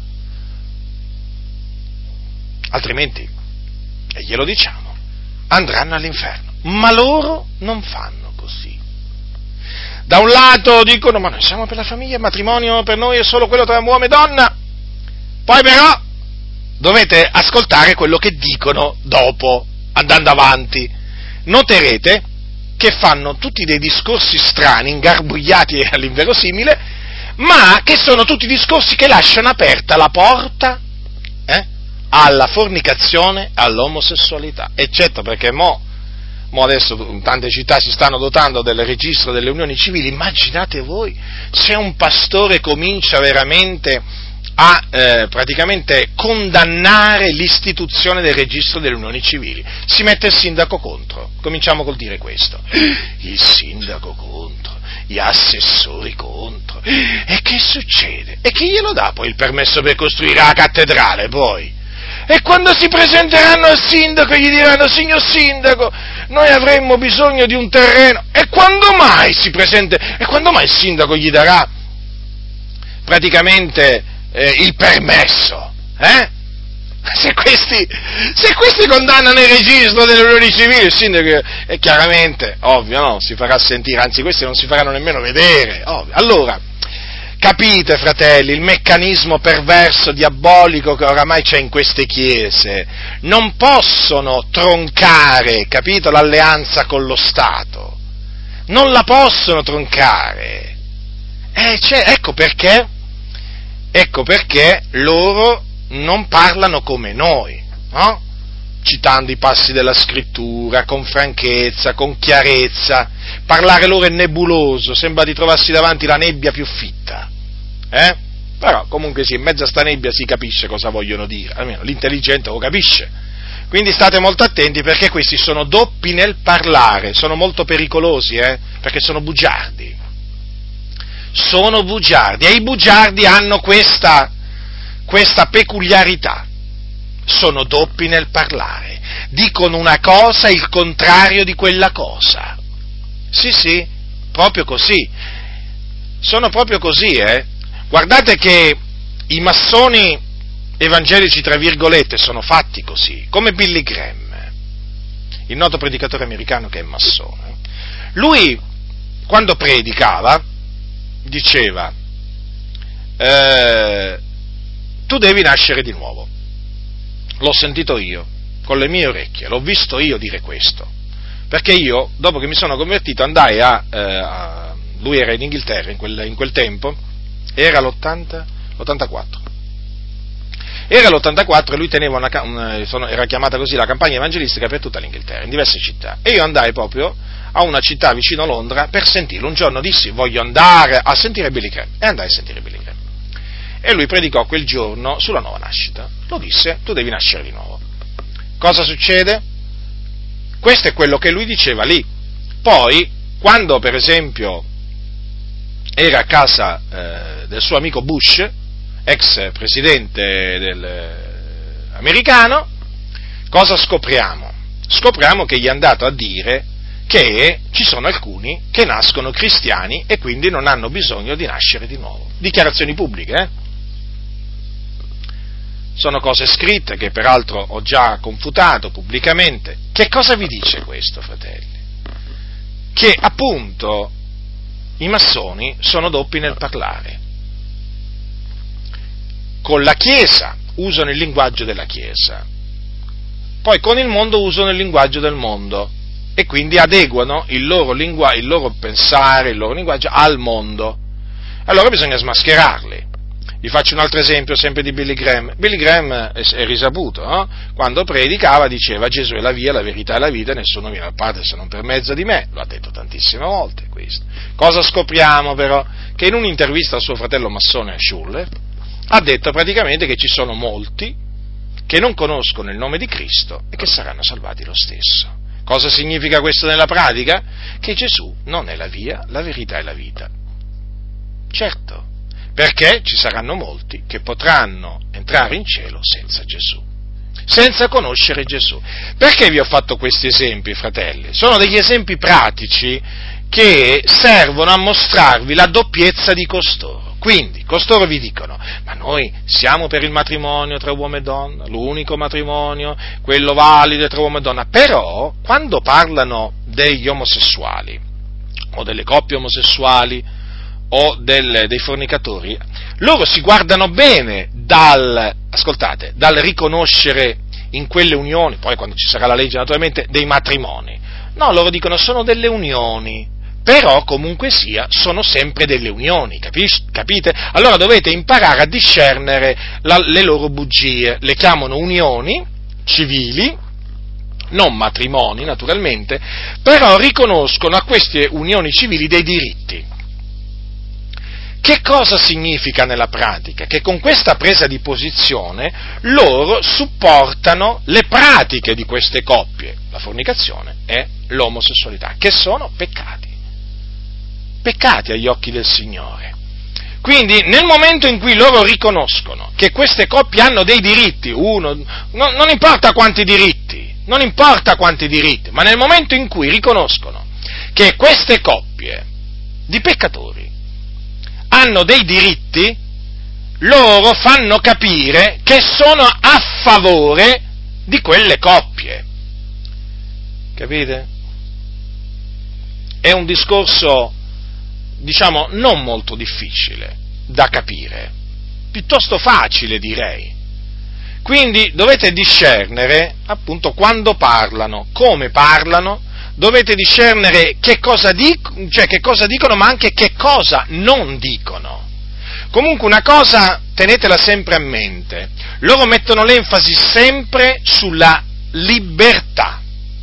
A: Altrimenti, e glielo diciamo, andranno all'inferno. Ma loro non fanno così. Da un lato dicono, ma noi siamo per la famiglia, il matrimonio per noi è solo quello tra uomo e donna. Poi però dovete ascoltare quello che dicono dopo, andando avanti. Noterete che fanno tutti dei discorsi strani, ingarbugliati all'inverosimile, ma che sono tutti discorsi che lasciano aperta la porta eh, alla fornicazione, all'omosessualità, eccetto perché mo, mo adesso in tante città si stanno dotando del registro delle unioni civili. Immaginate voi se un pastore comincia veramente a eh, praticamente condannare l'istituzione del registro delle unioni civili, si mette il sindaco contro. Cominciamo col dire questo: il sindaco contro, gli assessori contro, e che succede? E chi glielo dà poi il permesso per costruire la cattedrale poi? E quando si presenteranno al sindaco gli diranno: signor sindaco, noi avremmo bisogno di un terreno. E quando mai si presenta? E quando mai il sindaco gli darà praticamente Eh, il permesso, eh? Se questi, se questi condannano il registro delle unioni civili, il sindaco è chiaramente, ovvio, no, si farà sentire, anzi questi non si faranno nemmeno vedere, ovvio. Allora, capite, fratelli, il meccanismo perverso, diabolico che oramai c'è in queste chiese? Non possono troncare, capito, l'alleanza con lo Stato, non la possono troncare, eh, cioè, ecco perché Ecco perché loro non parlano come noi, no? Citando i passi della Scrittura, con franchezza, con chiarezza. Parlare loro è nebuloso, sembra di trovarsi davanti la nebbia più fitta, eh? Però comunque sì, in mezzo a sta nebbia si capisce cosa vogliono dire, almeno l'intelligente lo capisce. Quindi state molto attenti, perché questi sono doppi nel parlare, sono molto pericolosi, eh? Perché sono bugiardi. Sono bugiardi, e i bugiardi hanno questa, questa peculiarità, sono doppi nel parlare, dicono una cosa e il contrario di quella cosa, sì sì, proprio così, sono proprio così, eh? Guardate che i massoni evangelici, tra virgolette, sono fatti così, come Billy Graham, il noto predicatore americano che è massone. Lui, quando predicava, diceva, eh, tu devi nascere di nuovo. L'ho sentito io, con le mie orecchie, l'ho visto io dire questo, perché io, dopo che mi sono convertito, andai a, eh, a lui era in Inghilterra in quel, in quel tempo, era l'ottanta, l'ottantaquattro, era l'ottantaquattro e lui teneva una, una sono, era chiamata così la campagna evangelistica per tutta l'Inghilterra, in diverse città, e io andai proprio a una città vicino a Londra per sentirlo. Un giorno dissi: voglio andare a sentire Billy Graham, e andai a sentire Billy Graham, e lui predicò quel giorno sulla nuova nascita, lo disse: tu devi nascere di nuovo. Cosa succede? Questo è quello che lui diceva lì. Poi, quando per esempio era a casa eh, del suo amico Bush, ex presidente del, eh, americano, cosa scopriamo? Scopriamo che gli è andato a dire che ci sono alcuni che nascono cristiani e quindi non hanno bisogno di nascere di nuovo. Dichiarazioni pubbliche, eh? Sono cose scritte che peraltro ho già confutato pubblicamente. Che cosa vi dice questo, fratelli? Che appunto i massoni sono doppi nel parlare. Con la Chiesa usano il linguaggio della Chiesa, poi con il mondo usano il linguaggio del mondo, e quindi adeguano il loro, lingua, il loro pensare, il loro linguaggio al mondo. Allora bisogna smascherarli. Vi faccio un altro esempio sempre di Billy Graham. Billy Graham è, è risaputo, no? Quando predicava diceva: Gesù è la via, la verità e la vita, nessuno viene al Padre se non per mezzo di me. Lo ha detto tantissime volte questo. Cosa scopriamo però? Che in un'intervista al suo fratello massone Schuller ha detto praticamente che ci sono molti che non conoscono il nome di Cristo e che saranno salvati lo stesso. Cosa significa questo nella pratica? Che Gesù non è la via, la verità e la vita. Certo, perché ci saranno molti che potranno entrare in cielo senza Gesù, senza conoscere Gesù. Perché vi ho fatto questi esempi, fratelli? Sono degli esempi pratici che servono a mostrarvi la doppiezza di costoro. Quindi, costoro vi dicono, ma noi siamo per il matrimonio tra uomo e donna, l'unico matrimonio, quello valido tra uomo e donna, però, quando parlano degli omosessuali, o delle coppie omosessuali, o del, dei fornicatori, loro si guardano bene dal, ascoltate, dal riconoscere in quelle unioni, poi quando ci sarà la legge naturalmente, dei matrimoni. No, loro dicono sono delle unioni, però comunque sia, sono sempre delle unioni, capisci? Capite? Allora dovete imparare a discernere la, le loro bugie, le chiamano unioni civili, non matrimoni naturalmente, però riconoscono a queste unioni civili dei diritti. Che cosa significa nella pratica? Che con questa presa di posizione loro supportano le pratiche di queste coppie, la fornicazione e l'omosessualità, che sono peccati, peccati agli occhi del Signore. Quindi nel momento in cui loro riconoscono che queste coppie hanno dei diritti, uno, no, non importa quanti diritti, non importa quanti diritti, ma nel momento in cui riconoscono che queste coppie di peccatori hanno dei diritti, loro fanno capire che sono a favore di quelle coppie. Capite? È un discorso, diciamo, non molto difficile da capire, piuttosto facile direi. Quindi dovete discernere, appunto, quando parlano, come parlano, dovete discernere che cosa dicono, cioè che cosa dicono, ma anche che cosa non dicono. Comunque una cosa tenetela sempre a mente, loro mettono l'enfasi sempre sulla libertà,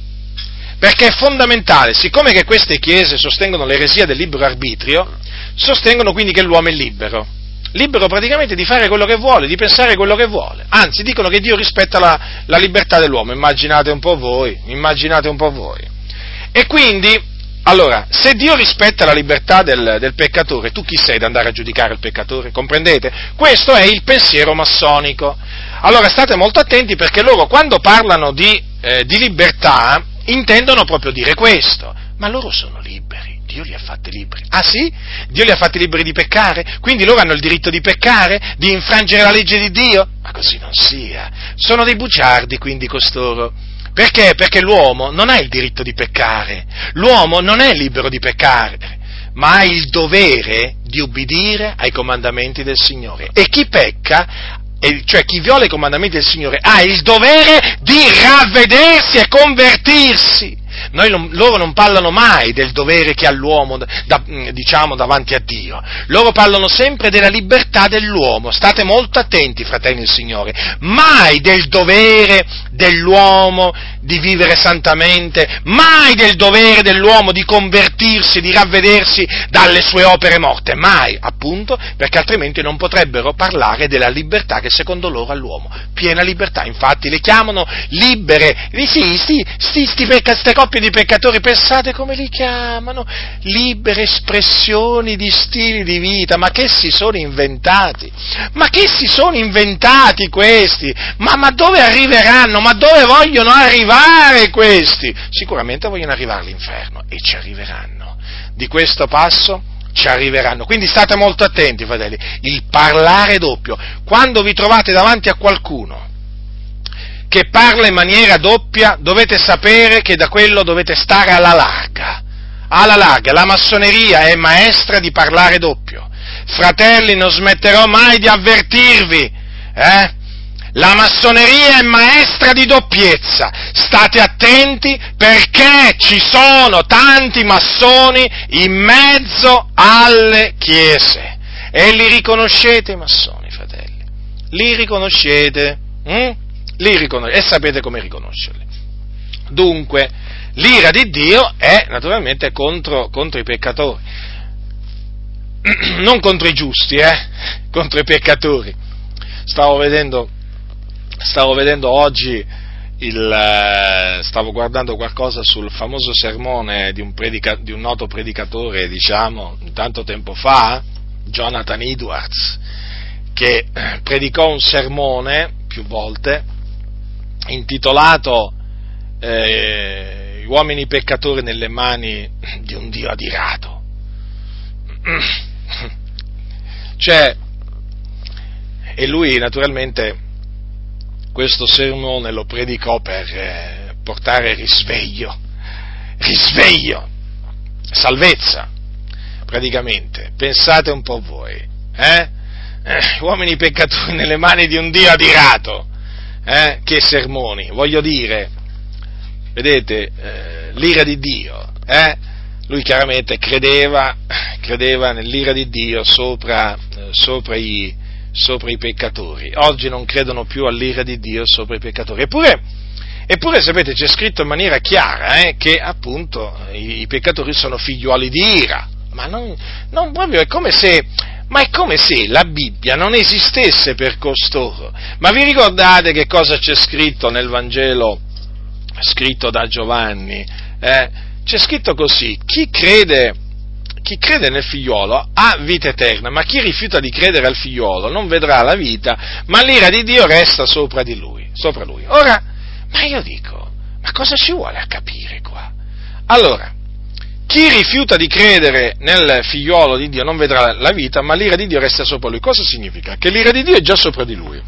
A: perché è fondamentale, siccome che queste chiese sostengono l'eresia del libero arbitrio, sostengono quindi che l'uomo è libero, libero praticamente di fare quello che vuole, di pensare quello che vuole, anzi dicono che Dio rispetta la, la libertà dell'uomo, immaginate un po' voi, immaginate un po' voi. E quindi, allora, se Dio rispetta la libertà del, del peccatore, tu chi sei da andare a giudicare il peccatore? Comprendete? Questo è il pensiero massonico. Allora state molto attenti perché loro quando parlano di, eh, di libertà intendono proprio dire questo, ma loro sono liberi, Dio li ha fatti liberi. Ah sì? Dio li ha fatti liberi di peccare? Quindi loro hanno il diritto di peccare? Di infrangere la legge di Dio? Ma così non sia. Sono dei bugiardi quindi costoro. Perché? Perché l'uomo non ha il diritto di peccare, l'uomo non è libero di peccare, ma ha il dovere di ubbidire ai comandamenti del Signore. E chi pecca, cioè chi viola i comandamenti del Signore, ha il dovere di ravvedersi e convertirsi. Noi non, loro non parlano mai del dovere che ha l'uomo, da, diciamo, davanti a Dio. Loro parlano sempre della libertà dell'uomo. State molto attenti, fratelli del Signore. Mai del dovere dell'uomo di vivere santamente, mai del dovere dell'uomo di convertirsi, di ravvedersi dalle sue opere morte. Mai, appunto, perché altrimenti non potrebbero parlare della libertà che secondo loro ha l'uomo. Piena libertà, infatti le chiamano libere. Sì, sì, sti, sti pecca, ste coppie di peccatori, pensate come li chiamano? Libere espressioni di stili di vita, ma che si sono inventati? Ma che si sono inventati questi? Ma, ma dove arriveranno? Ma dove vogliono arrivare questi? Sicuramente vogliono arrivare all'inferno e ci arriveranno. Di questo passo ci arriveranno. Quindi state molto attenti, fratelli. Il parlare doppio. Quando vi trovate davanti a qualcuno che parla in maniera doppia, dovete sapere che da quello dovete stare alla larga, alla larga. La massoneria è maestra di parlare doppio. Fratelli, non smetterò mai di avvertirvi, eh? La massoneria è maestra di doppiezza. State attenti perché ci sono tanti massoni in mezzo alle chiese. E li riconoscete i massoni, fratelli? Li riconoscete? Hm? Li riconos- e sapete come riconoscerli. Dunque, l'ira di Dio è naturalmente contro, contro i peccatori, non contro i giusti, eh? Contro i peccatori. Stavo vedendo, stavo vedendo oggi, il, stavo guardando qualcosa sul famoso sermone di un, predica, di un noto predicatore, diciamo, tanto tempo fa, Jonathan Edwards, che predicò un sermone più volte intitolato eh, Uomini peccatori nelle mani di un Dio adirato. Cioè, e lui naturalmente questo sermone lo predicò per eh, portare risveglio, risveglio, salvezza, praticamente. Pensate un po' voi, eh? eh uomini peccatori nelle mani di un Dio adirato, eh? Che sermoni, voglio dire, vedete, eh, l'ira di Dio, eh? Lui chiaramente credeva, credeva nell'ira di Dio sopra, eh, sopra i sopra i peccatori. Oggi non credono più all'ira di Dio sopra i peccatori. Eppure, eppure sapete, c'è scritto in maniera chiara eh, che appunto i, i peccatori sono figliuoli di ira. Ma non, non proprio, è come se, ma è come se la Bibbia non esistesse per costoro. Ma vi ricordate che cosa c'è scritto nel Vangelo scritto da Giovanni? Eh? C'è scritto così: chi crede Chi crede nel figliuolo ha vita eterna, ma chi rifiuta di credere al figliuolo non vedrà la vita, ma l'ira di Dio resta sopra di lui, sopra lui. Ora, ma io dico, ma cosa ci vuole a capire qua? Allora, chi rifiuta di credere nel figliuolo di Dio non vedrà la vita, ma l'ira di Dio resta sopra lui. Cosa significa? Che l'ira di Dio è già sopra di lui.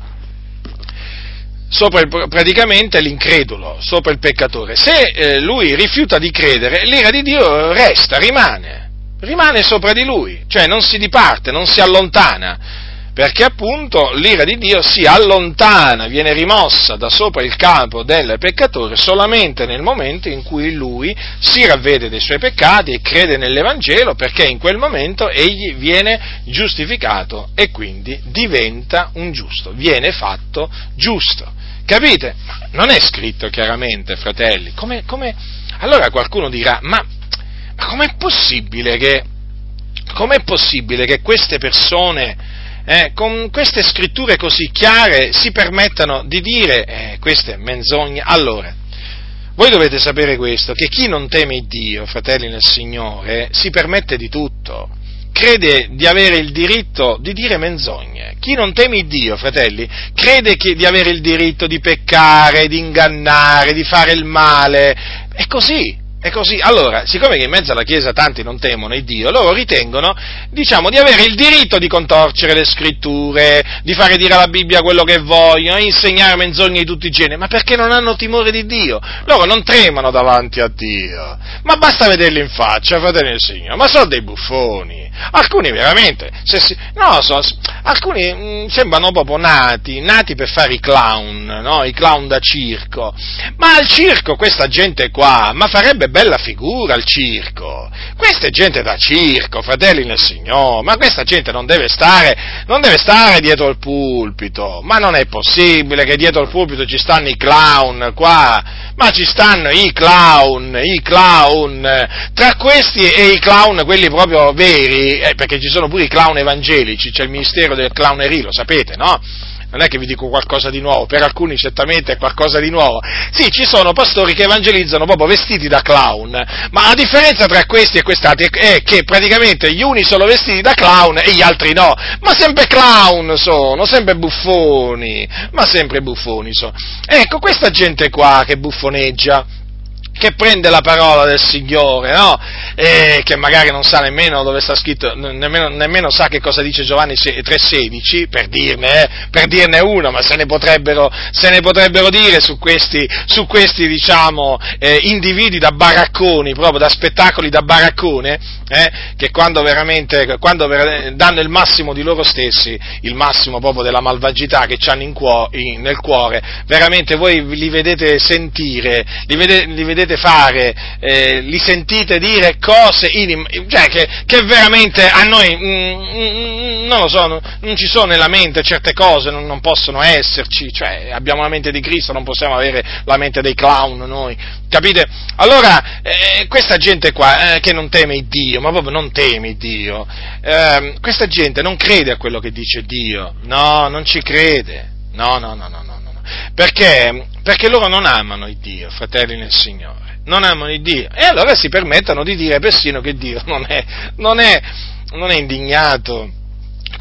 A: Sopra il, praticamente l'incredulo, sopra il peccatore. Se eh, lui rifiuta di credere, l'ira di Dio resta, rimane. rimane sopra di lui, cioè non si diparte, non si allontana, perché appunto l'ira di Dio si allontana, viene rimossa da sopra il capo del peccatore solamente nel momento in cui lui si ravvede dei suoi peccati e crede nell'Evangelo, perché in quel momento egli viene giustificato e quindi diventa un giusto, viene fatto giusto. Capite? Non è scritto chiaramente, fratelli, come, come... Allora qualcuno dirà, ma Ma com'è possibile che, com'è possibile che queste persone, eh, con queste scritture così chiare, si permettano di dire eh, queste menzogne? Allora, voi dovete sapere questo, che chi non teme Dio, fratelli nel Signore, si permette di tutto, crede di avere il diritto di dire menzogne. Chi non teme Dio, fratelli, crede che, di avere il diritto di peccare, di ingannare, di fare il male, è così. È così. Allora, siccome che in mezzo alla Chiesa tanti non temono il Dio, loro ritengono, diciamo, di avere il diritto di contorcere le scritture, di fare dire alla Bibbia quello che vogliono, insegnare menzogne di tutti i generi, ma perché non hanno timore di Dio? Loro non tremano davanti a Dio. Ma basta vederli in faccia, fratelli del Signore, ma sono dei buffoni. Alcuni veramente, se si, no, so, alcuni mh, sembrano proprio nati, nati per fare i clown, no? I clown da circo. Ma al circo questa gente qua, ma farebbe bella figura al circo. Questa è gente da circo, fratelli nel Signore, ma questa gente non deve stare, non deve stare dietro il pulpito, ma non è possibile che dietro il pulpito ci stanno i clown qua, ma ci stanno i clown, i clown, tra questi e i clown, quelli proprio veri, eh, perché ci sono pure i clown evangelici, c'è il ministero del clownerie, lo sapete, no? Non è che vi dico qualcosa di nuovo, per alcuni certamente è qualcosa di nuovo. Sì, ci sono pastori che evangelizzano proprio vestiti da clown, ma la differenza tra questi e quest'altri è che praticamente gli uni sono vestiti da clown e gli altri no, ma sempre clown sono, sempre buffoni, ma sempre buffoni sono. Ecco, questa gente qua che buffoneggia, che prende la parola del Signore, no? E che magari non sa nemmeno dove sta scritto, nemmeno, nemmeno sa che cosa dice Giovanni tre sedici, per dirne, eh, per dirne uno, ma se ne potrebbero, se ne potrebbero dire su questi, su questi diciamo, eh, individui da baracconi, proprio da spettacoli da baraccone, eh, che quando veramente, quando ver- danno il massimo di loro stessi, il massimo proprio della malvagità che hanno in cuo- in, nel cuore, veramente voi li vedete sentire, li vedete, li vedete fare, eh, li sentite dire cose inim- cioè che, che veramente a noi mm, mm, non lo so, non, non ci sono nella mente certe cose, non, non possono esserci, cioè abbiamo la mente di Cristo, non possiamo avere la mente dei clown noi, capite? Allora eh, questa gente qua eh, che non teme il Dio, ma proprio non teme il Dio, eh, questa gente non crede a quello che dice Dio, no, non ci crede, no, no, no, no, no. Perché? Perché loro non amano il Dio, fratelli nel Signore, non amano il Dio, e allora si permettono di dire persino che Dio non è, non è, non è indignato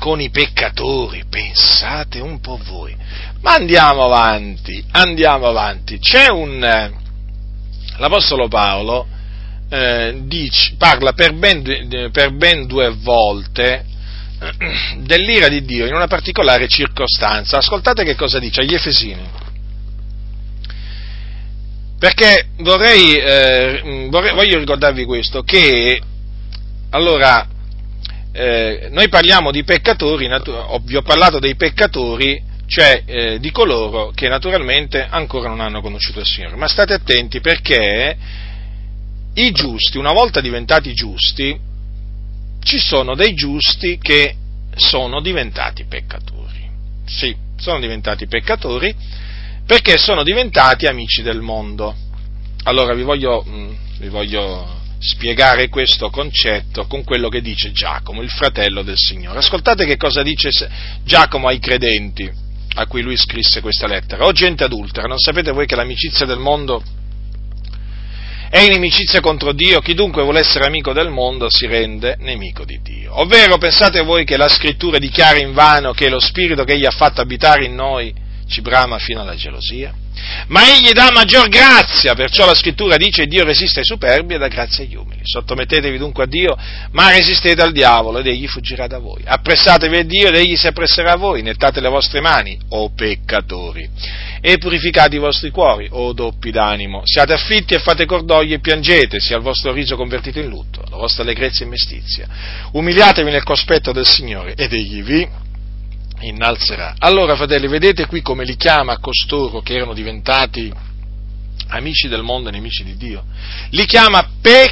A: con i peccatori, pensate un po' voi. Ma andiamo avanti, andiamo avanti. C'è un... Eh, l'Apostolo Paolo eh, dice, parla per ben, per ben due volte eh, dell'ira di Dio in una particolare circostanza. Ascoltate che cosa dice agli Efesini. Perché vorrei, eh, vorrei voglio ricordarvi questo, che allora eh, noi parliamo di peccatori, natu- vi ho parlato dei peccatori, cioè eh, di coloro che naturalmente ancora non hanno conosciuto il Signore, ma state attenti, perché i giusti, una volta diventati giusti, ci sono dei giusti che sono diventati peccatori, sì, sono diventati peccatori, perché sono diventati amici del mondo. Allora vi voglio, vi voglio spiegare questo concetto con quello che dice Giacomo, il fratello del Signore. Ascoltate che cosa dice Giacomo ai credenti a cui lui scrisse questa lettera. O gente adultera, non sapete voi che l'amicizia del mondo è inimicizia contro Dio? Chi dunque vuole essere amico del mondo si rende nemico di Dio. Ovvero, pensate voi che la Scrittura dichiara invano che lo Spirito che Egli ha fatto abitare in noi ci brama fino alla gelosia? Ma Egli dà maggior grazia, perciò la Scrittura dice: Dio resiste ai superbi e dà grazia agli umili. Sottomettetevi dunque a Dio, ma resistete al diavolo ed egli fuggirà da voi. Appressatevi a Dio ed egli si appresserà a voi. Nettate le vostre mani, o peccatori, e purificate i vostri cuori, o doppi d'animo. Siate affitti e fate cordoglio e piangete, sia il vostro riso convertito in lutto, la vostra allegrezza in mestizia. Umiliatevi nel cospetto del Signore ed egli vi innalzerà. Allora, fratelli, vedete qui come li chiama costoro che erano diventati amici del mondo e nemici di Dio? Li chiama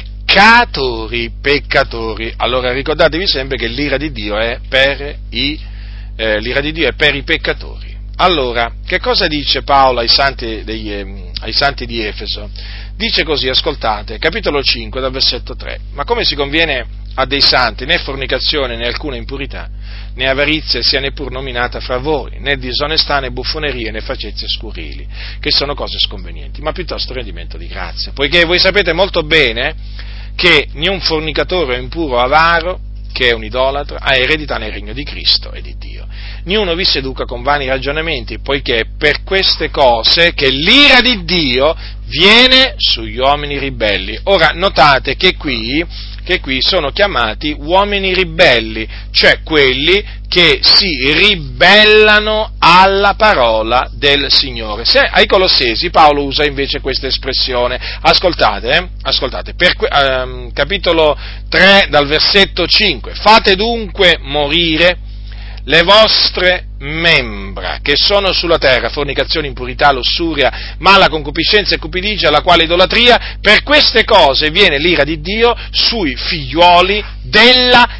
A: peccatori, peccatori. Allora ricordatevi sempre che l'ira di Dio è per i, eh, l'ira di Dio è per i peccatori. Allora, che cosa dice Paolo ai santi, degli, eh, ai santi di Efeso? Dice così, ascoltate, capitolo cinque, dal versetto tre: ma come si conviene a dei santi, né fornicazione, né alcuna impurità, né avarizia sia neppur nominata fra voi, né disonestà, né buffonerie, né facezie scurili, che sono cose sconvenienti, ma piuttosto rendimento di grazia. Poiché voi sapete molto bene che né un fornicatore o impuro avaro, che è un idolatra, ha eredità nel regno di Cristo e di Dio. Niuno vi seduca con vani ragionamenti, poiché è per queste cose che l'ira di Dio viene sugli uomini ribelli. Ora, notate che qui, che qui sono chiamati uomini ribelli, cioè quelli che si ribellano alla parola del Signore. Se ai Colossesi Paolo usa invece questa espressione, ascoltate, eh, ascoltate, per, ehm, capitolo tre dal versetto cinque: fate dunque morire le vostre membra che sono sulla terra, fornicazione, impurità, lussuria, mala concupiscenza e cupidigia, la quale idolatria. Per queste cose viene l'ira di Dio sui figliuoli della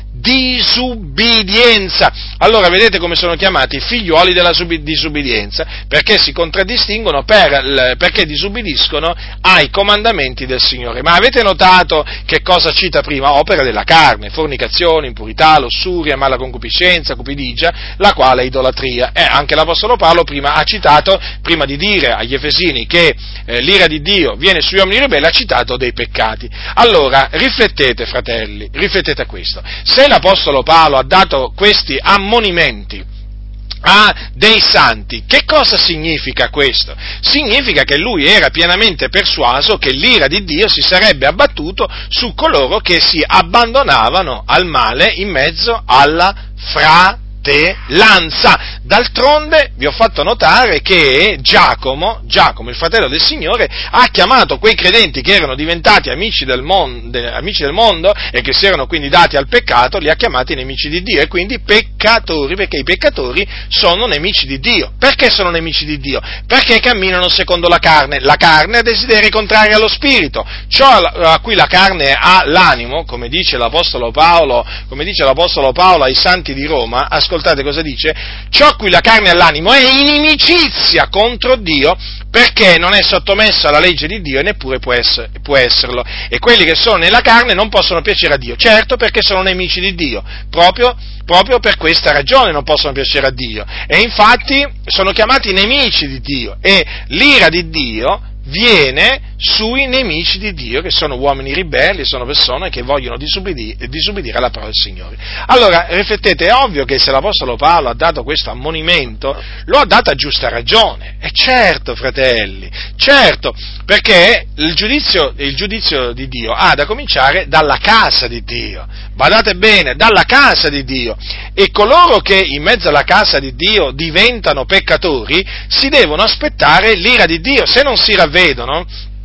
A: disubbidienza. Allora vedete come sono chiamati figliuoli della disubbidienza, perché si contraddistinguono per, perché disubbidiscono ai comandamenti del Signore. Ma avete notato che cosa cita prima? Opera della carne, fornicazione, impurità, lussuria, mala concupiscenza, cupidigia, la quale è idolatria. E anche l'Apostolo Paolo prima ha citato, prima di dire agli Efesini che eh, l'ira di Dio viene sugli uomini ribelli, ha citato dei peccati. Allora riflettete, fratelli, riflettete a questo. Se l'Apostolo Paolo ha dato questi ammonimenti a dei santi, che cosa significa questo? Significa che lui era pienamente persuaso che l'ira di Dio si sarebbe abbattuto su coloro che si abbandonavano al male in mezzo alla fratellanza. D'altronde vi ho fatto notare che Giacomo, Giacomo, il fratello del Signore, ha chiamato quei credenti che erano diventati amici del mondo, amici del mondo e che si erano quindi dati al peccato, li ha chiamati nemici di Dio e quindi peccatori, perché i peccatori sono nemici di Dio. Perché sono nemici di Dio? Perché camminano secondo la carne. La carne ha desideri contrari allo spirito, ciò a cui la carne ha l'animo, come dice l'Apostolo Paolo, come dice l'Apostolo Paolo ai santi di Roma. Ascoltate cosa dice: ciò a cui la carne ha l'animo è inimicizia contro Dio, perché non è sottomesso alla legge di Dio e neppure può, essere, può esserlo. E quelli che sono nella carne non possono piacere a Dio, certo, perché sono nemici di Dio, proprio, proprio per questa ragione non possono piacere a Dio. E infatti sono chiamati nemici di Dio, e l'ira di Dio viene sui nemici di Dio, che sono uomini ribelli, sono persone che vogliono disubbidire, disubbidire alla parola del Signore. Allora, riflettete, è ovvio che se l'Apostolo Paolo ha dato questo ammonimento, lo ha dato a giusta ragione. E certo, fratelli, certo, perché il giudizio, il giudizio di Dio ha da cominciare dalla casa di Dio. Badate bene, dalla casa di Dio. E coloro che in mezzo alla casa di Dio diventano peccatori, si devono aspettare l'ira di Dio. Se non si ravvedono,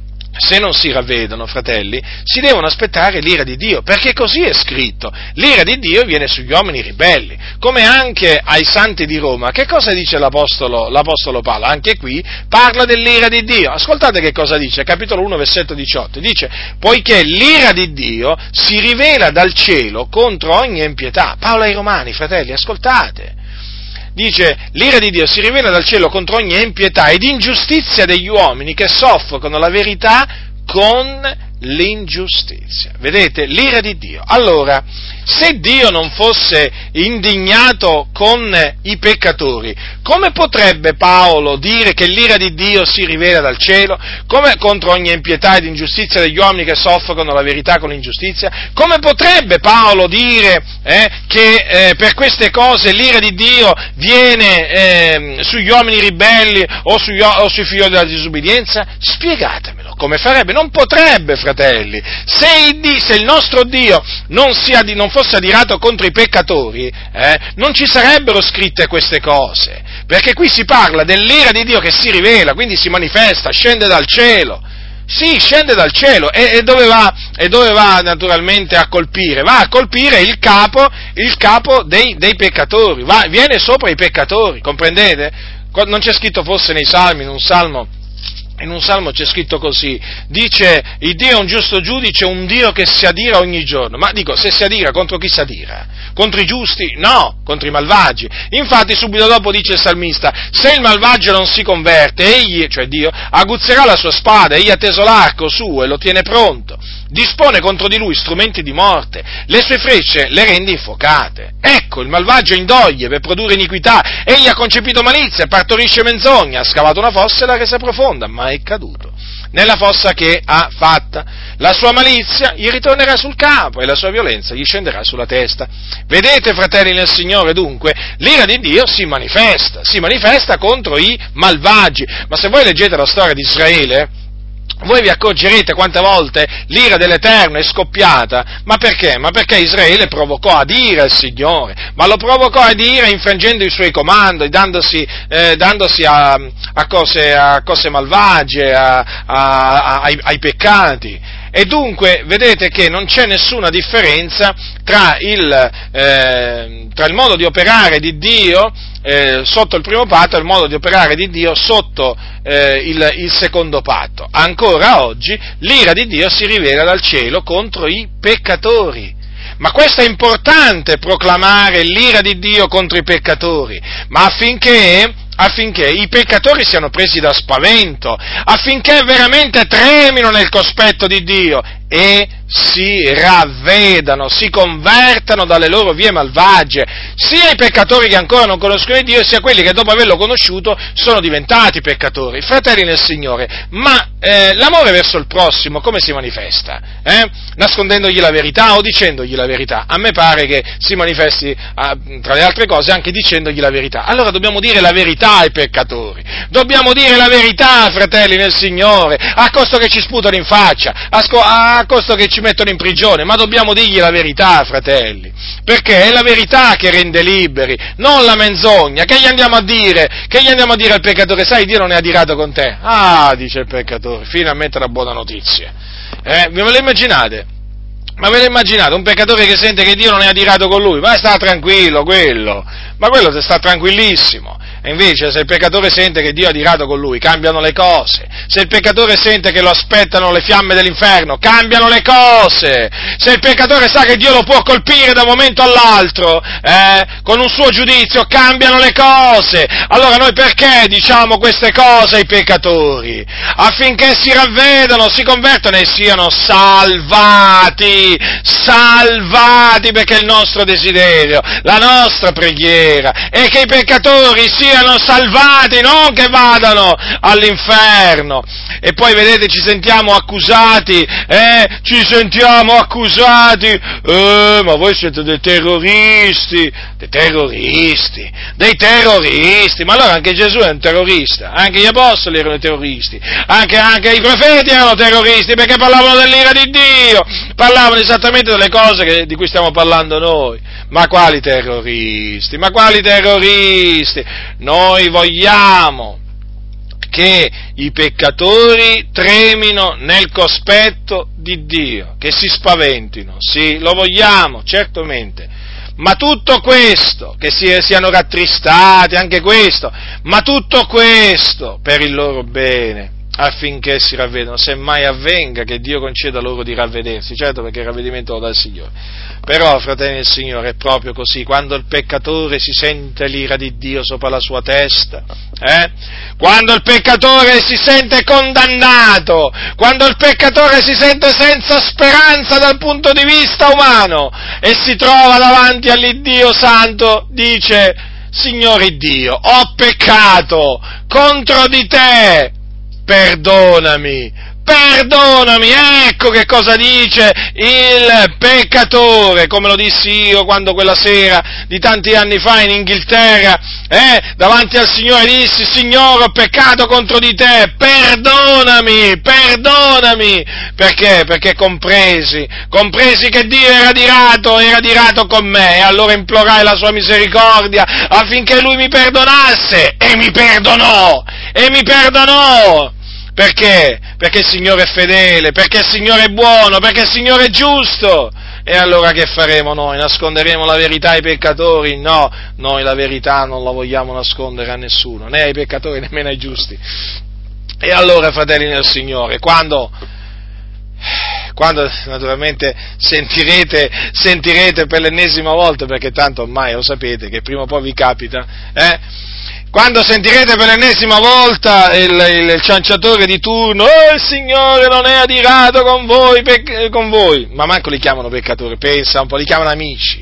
A: se non si ravvedono, fratelli, si devono aspettare l'ira di Dio, perché così è scritto. L'ira di Dio viene sugli uomini ribelli, come anche ai santi di Roma. Che cosa dice l'Apostolo, l'Apostolo Paolo? Anche qui parla dell'ira di Dio. Ascoltate che cosa dice, capitolo uno, versetto diciotto. Dice, poiché l'ira di Dio si rivela dal cielo contro ogni impietà. Paolo ai Romani, fratelli, ascoltate. Dice, l'ira di Dio si rivela dal cielo contro ogni impietà ed ingiustizia degli uomini che soffocano la verità con l'ingiustizia. Vedete? L'ira di Dio. Allora, se Dio non fosse indignato con i peccatori, come potrebbe Paolo dire che l'ira di Dio si rivela dal cielo, come contro ogni impietà ed ingiustizia degli uomini che soffocano la verità con l'ingiustizia? Come potrebbe Paolo dire eh, che eh, per queste cose l'ira di Dio viene eh, sugli uomini ribelli o, sugli, o sui figli della disubbidienza? Spiegatemelo, come farebbe? Non potrebbe, fratelli. Se il, se il nostro Dio non, sia, non fosse adirato contro i peccatori, eh, non ci sarebbero scritte queste cose, perché qui si parla dell'ira di Dio che si rivela, quindi si manifesta, scende dal cielo. Sì, scende dal cielo e, e, dove va, e dove va naturalmente a colpire? Va a colpire il capo, il capo dei, dei peccatori, va, viene sopra i peccatori, comprendete? Non c'è scritto forse nei Salmi, in un Salmo, in un Salmo c'è scritto così, dice, il Dio è un giusto giudice, un Dio che si adira ogni giorno. Ma dico, se si adira, contro chi si adira? Contro i giusti? No, contro i malvagi. Infatti subito dopo dice il salmista, se il malvagio non si converte, egli, cioè Dio, aguzzerà la sua spada, egli ha teso l'arco suo e lo tiene pronto, dispone contro di lui strumenti di morte, le sue frecce le rende infuocate. Ecco, il malvagio indoglie per produrre iniquità, egli ha concepito malizia, partorisce menzogna, ha scavato una fossa e l'ha resa profonda, ma è caduto nella fossa che ha fatta. La sua malizia gli ritornerà sul capo e la sua violenza gli scenderà sulla testa. Vedete, fratelli nel Signore, dunque, l'ira di Dio si manifesta, si manifesta contro i malvagi. Ma se voi leggete la storia di Israele, voi vi accorgerete quante volte l'ira dell'Eterno è scoppiata. Ma perché? Ma perché Israele provocò ad ira il Signore, ma lo provocò ad ira infrangendo i suoi comandi, dandosi, eh, dandosi a, a, cose, a cose malvagie, a, a, a, ai, ai peccati. E dunque vedete che non c'è nessuna differenza tra il, eh, tra il modo di operare di Dio eh, sotto il primo patto e il modo di operare di Dio sotto eh, il, il secondo patto. Ancora oggi l'ira di Dio si rivela dal cielo contro i peccatori. Ma questo è importante, proclamare l'ira di Dio contro i peccatori, ma affinché... affinché i peccatori siano presi da spavento, affinché veramente tremino nel cospetto di Dio e si ravvedano, si convertano dalle loro vie malvagie, sia i peccatori che ancora non conoscono Dio, sia quelli che dopo averlo conosciuto sono diventati peccatori. Fratelli nel Signore, ma eh, l'amore verso il prossimo come si manifesta? Eh? Nascondendogli la verità o dicendogli la verità? A me pare che si manifesti, eh, tra le altre cose, anche dicendogli la verità. Allora dobbiamo dire la verità ai peccatori, dobbiamo dire la verità, fratelli nel Signore, a costo che ci sputano in faccia, a, sco- a costo che ci mettono in prigione, ma dobbiamo dirgli la verità, fratelli, perché è la verità che rende liberi, non la menzogna. Che gli andiamo a dire? Che gli andiamo a dire al peccatore? Sai, Dio non è adirato con te. Ah, dice il peccatore, finalmente una buona notizia. Eh, ve lo immaginate? Ma ve lo immaginate? Un peccatore che sente che Dio non è adirato con lui? Ma sta tranquillo quello, ma quello se sta tranquillissimo. E invece se il peccatore sente che Dio è adirato con lui, cambiano le cose. Se il peccatore sente che lo aspettano le fiamme dell'inferno, cambiano le cose. Se il peccatore sa che Dio lo può colpire da un momento all'altro, eh, con un suo giudizio, cambiano le cose. Allora noi perché diciamo queste cose ai peccatori? Affinché si ravvedano, si convertano e siano salvati, salvati, perché è il nostro desiderio, la nostra preghiera è che i peccatori siano siano salvati, non che vadano all'inferno. E poi vedete, ci sentiamo accusati, eh, ci sentiamo accusati, eh, ma voi siete dei terroristi, dei terroristi, dei terroristi, ma allora anche Gesù è un terrorista, anche gli apostoli erano terroristi, anche, anche i profeti erano terroristi, perché parlavano dell'ira di Dio, parlavano esattamente delle cose che, di cui stiamo parlando noi. Ma quali terroristi? Ma quali terroristi? Noi vogliamo che i peccatori tremino nel cospetto di Dio, che si spaventino, sì, lo vogliamo, certamente, ma tutto questo, che si, siano rattristati, anche questo, ma tutto questo per il loro bene, affinché si ravvedano, se mai avvenga che Dio conceda loro di ravvedersi, certo, perché il ravvedimento lo dà il Signore. Però, fratelli del Signore, è proprio così, quando il peccatore si sente l'ira di Dio sopra la sua testa, eh? Quando il peccatore si sente condannato, quando il peccatore si sente senza speranza dal punto di vista umano e si trova davanti all'Iddio Santo, dice: Signore Dio, ho peccato contro di te, perdonami, perdonami, ecco che cosa dice il peccatore, come lo dissi io quando quella sera di tanti anni fa in Inghilterra, eh, davanti al Signore dissi: Signore, ho peccato contro di te, perdonami, perdonami, perché? Perché compresi, compresi che Dio era adirato, era adirato con me, e allora implorai la sua misericordia affinché Lui mi perdonasse, e mi perdonò, e mi perdonò. Perché? Perché il Signore è fedele, perché il Signore è buono, perché il Signore è giusto. E allora che faremo noi? Nasconderemo la verità ai peccatori? No, noi la verità non la vogliamo nascondere a nessuno, né ai peccatori nemmeno ai giusti. E allora, fratelli nel Signore, quando, quando naturalmente sentirete, sentirete per l'ennesima volta, perché tanto ormai lo sapete che prima o poi vi capita, eh? Quando sentirete per l'ennesima volta il, il, il cianciatore di turno: oh, il Signore non è adirato con voi, pec- con voi, ma manco li chiamano peccatori, pensa un po', li chiamano amici,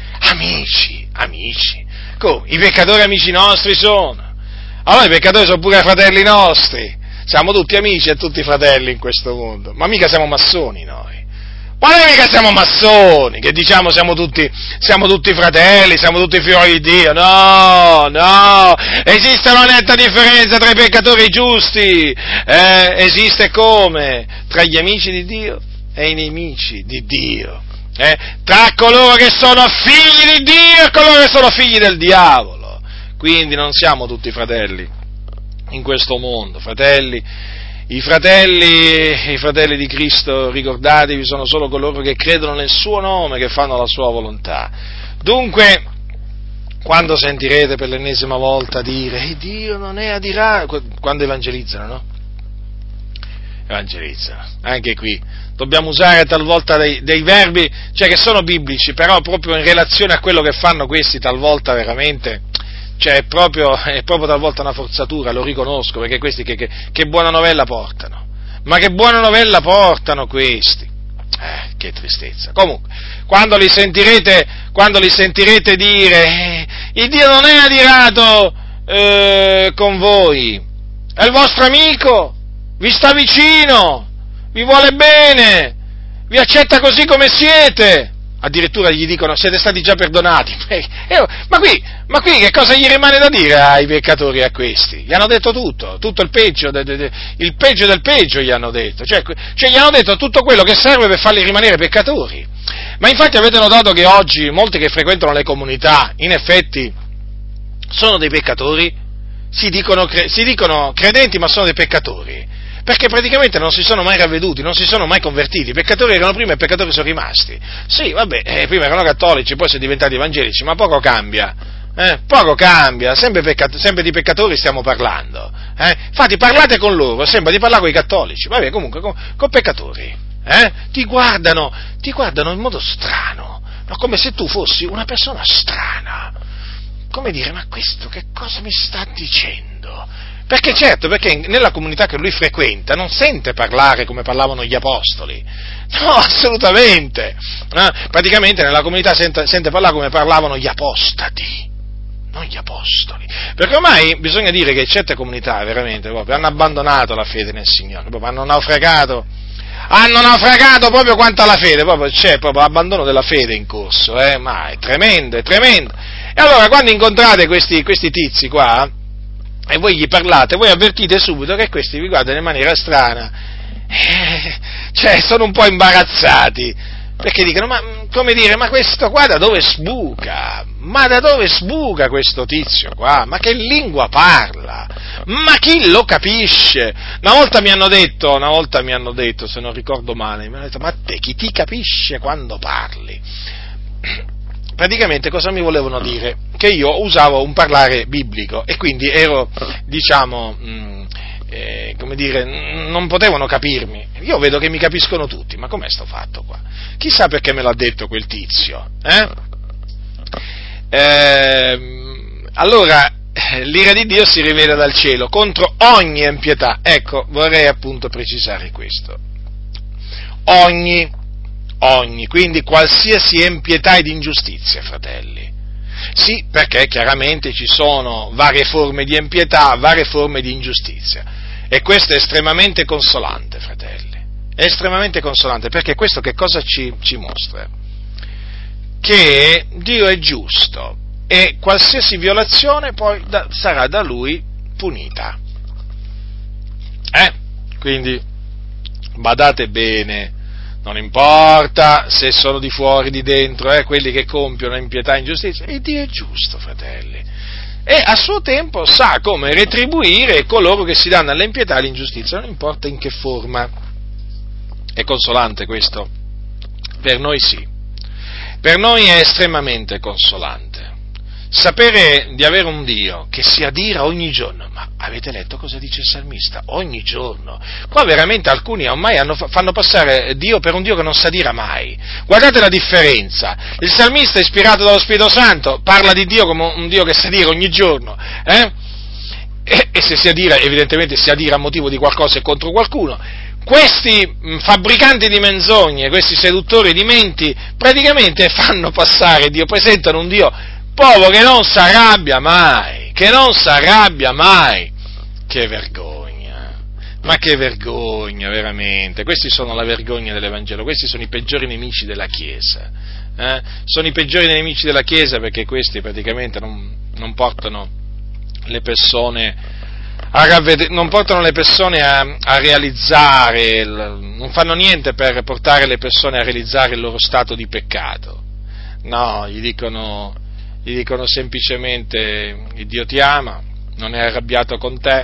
A: amici, amici, come? I peccatori amici nostri sono, allora i peccatori sono pure fratelli nostri, siamo tutti amici e tutti fratelli in questo mondo, ma mica siamo massoni noi. Ma noi mica siamo massoni, che diciamo siamo tutti, siamo tutti fratelli, siamo tutti figli di Dio, no, no, esiste una netta differenza tra i peccatori giusti, eh, esiste come? Tra gli amici di Dio e i nemici di Dio, eh, tra coloro che sono figli di Dio e coloro che sono figli del diavolo, quindi non siamo tutti fratelli in questo mondo, fratelli. I fratelli, i fratelli di Cristo, ricordatevi, sono solo coloro che credono nel suo nome, che fanno la sua volontà. Dunque, quando sentirete per l'ennesima volta dire: Dio non è adirato, quando evangelizzano, no? Evangelizzano, anche qui. Dobbiamo usare talvolta dei, dei verbi, cioè che sono biblici, però proprio in relazione a quello che fanno questi talvolta veramente... Cioè è proprio, è proprio talvolta una forzatura, lo riconosco, perché questi che, che, che buona novella portano, ma che buona novella portano questi, eh, che tristezza. Comunque, quando li sentirete, quando li sentirete dire: eh, il Dio non è adirato eh, con voi, è il vostro amico, vi sta vicino, vi vuole bene, vi accetta così come siete. Addirittura gli dicono: siete stati già perdonati. Ma qui, ma qui che cosa gli rimane da dire ai peccatori e a questi? Gli hanno detto tutto, tutto il peggio, de, de, de, il peggio del peggio gli hanno detto, cioè, cioè gli hanno detto tutto quello che serve per farli rimanere peccatori. Ma infatti avete notato che oggi molti che frequentano le comunità, in effetti, sono dei peccatori? Si dicono, si dicono credenti ma sono dei peccatori. Perché praticamente non si sono mai ravveduti, non si sono mai convertiti, i peccatori erano prima e i peccatori sono rimasti. Sì, vabbè, eh, prima erano cattolici, poi sono diventati evangelici, ma poco cambia, eh, poco cambia, sempre, peccat- sempre di peccatori stiamo parlando, eh? Infatti parlate con loro, sembra di parlare con i cattolici, vabbè, comunque con, con peccatori, eh? Ti guardano, ti guardano in modo strano, no? Come se tu fossi una persona strana, come dire: ma questo che cosa mi sta dicendo? Perché certo, perché nella comunità che lui frequenta non sente parlare come parlavano gli apostoli, no, assolutamente, eh? Praticamente nella comunità sente, sente parlare come parlavano gli apostati, non gli apostoli. Perché ormai bisogna dire che certe comunità veramente proprio hanno abbandonato la fede nel Signore, proprio hanno naufragato, hanno naufragato proprio quanto alla fede, proprio c'è proprio l'abbandono della fede in corso, eh, ma è tremendo, è tremendo. E allora quando incontrate questi, questi tizi qua, e voi gli parlate, voi avvertite subito che questi vi guardano in maniera strana, eh, cioè sono un po' imbarazzati, perché dicono, ma come dire, ma questo qua da dove sbuca? Ma da dove sbuca questo tizio qua? Ma che lingua parla? Ma chi lo capisce? Una volta mi hanno detto, una volta mi hanno detto, se non ricordo male, mi hanno detto, ma te chi ti capisce quando parli? Praticamente cosa mi volevano dire? Che io usavo un parlare biblico e quindi ero, diciamo, mh, eh, come dire, non potevano capirmi. Io vedo che mi capiscono tutti, ma com'è sto fatto qua? Chissà perché me l'ha detto quel tizio, eh? Eh, allora, l'ira di Dio si rivela dal cielo contro ogni impietà. Ecco, vorrei appunto precisare questo. Ogni, ogni, quindi qualsiasi impietà ed ingiustizia, fratelli. Sì, perché chiaramente ci sono varie forme di impietà, varie forme di ingiustizia. E questo è estremamente consolante, fratelli. È estremamente consolante, perché questo che cosa ci, ci mostra? Che Dio è giusto e qualsiasi violazione poi da, sarà da Lui punita. Eh? Quindi badate bene, non importa se sono di fuori, di dentro, eh, quelli che compiono impietà e ingiustizia, e Dio è giusto, fratelli. E a suo tempo sa come retribuire coloro che si danno all'impietà e all'ingiustizia, non importa in che forma. È consolante questo? Per noi sì. Per noi è estremamente consolante sapere di avere un Dio che si adira ogni giorno. Ma avete letto cosa dice il salmista? Ogni giorno. Qua veramente alcuni ormai hanno, fanno passare Dio per un Dio che non si adira mai. Guardate la differenza. Il salmista, ispirato dallo Spirito Santo, parla di Dio come un Dio che si adira ogni giorno. Eh? E, e se si adira, evidentemente si adira a motivo di qualcosa e contro qualcuno. Questi fabbricanti di menzogne, questi seduttori di menti, praticamente fanno passare Dio, presentano un Dio proprio che non si arrabbia mai, che non si arrabbia mai. Che vergogna, ma che vergogna veramente. Questi sono la vergogna dell'Evangelo, questi sono i peggiori nemici della Chiesa, eh? Sono i peggiori nemici della Chiesa perché questi praticamente non, non portano le persone a ravvedere, non portano le persone a, a realizzare, il, non fanno niente per portare le persone a realizzare il loro stato di peccato. No, gli dicono, gli dicono semplicemente il Dio ti ama, non è arrabbiato con te.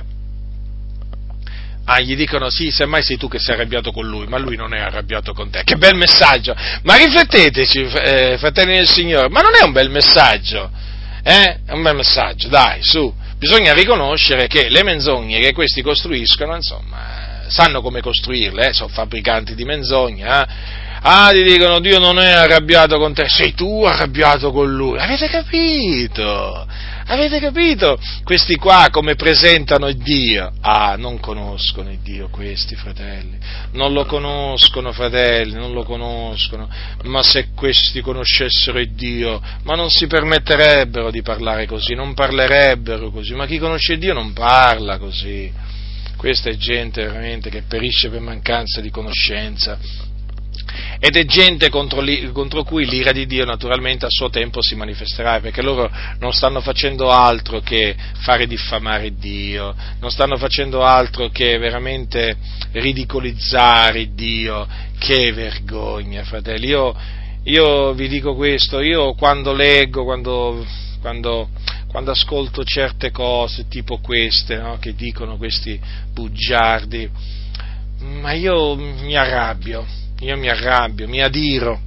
A: Ah, gli dicono sì, semmai sei tu che sei arrabbiato con lui, ma lui non è arrabbiato con te. Che bel messaggio! Ma rifletteteci, eh, fratelli del Signore, ma non è un bel messaggio? Eh? È un bel messaggio, dai, su. Bisogna riconoscere che le menzogne che questi costruiscono, insomma, sanno come costruirle, eh? Sono fabbricanti di menzogne, eh? Ah, ti dicono, Dio non è arrabbiato con te, sei tu arrabbiato con lui. Avete capito? Avete capito? Questi qua come presentano Dio? Ah, non conoscono il Dio questi, fratelli. Non lo conoscono, fratelli, non lo conoscono. Ma se questi conoscessero il Dio, ma non si permetterebbero di parlare così, non parlerebbero così. Ma chi conosce il Dio non parla così. Questa è gente veramente che perisce per mancanza di conoscenza. Ed è gente contro, li, contro cui l'ira di Dio naturalmente a suo tempo si manifesterà, perché loro non stanno facendo altro che fare diffamare Dio, non stanno facendo altro che veramente ridicolizzare Dio. Che vergogna, fratelli. Io, io vi dico questo, io quando leggo, quando, quando, quando ascolto certe cose tipo queste, no, che dicono questi bugiardi, ma io mi arrabbio. Io mi arrabbio, mi adiro,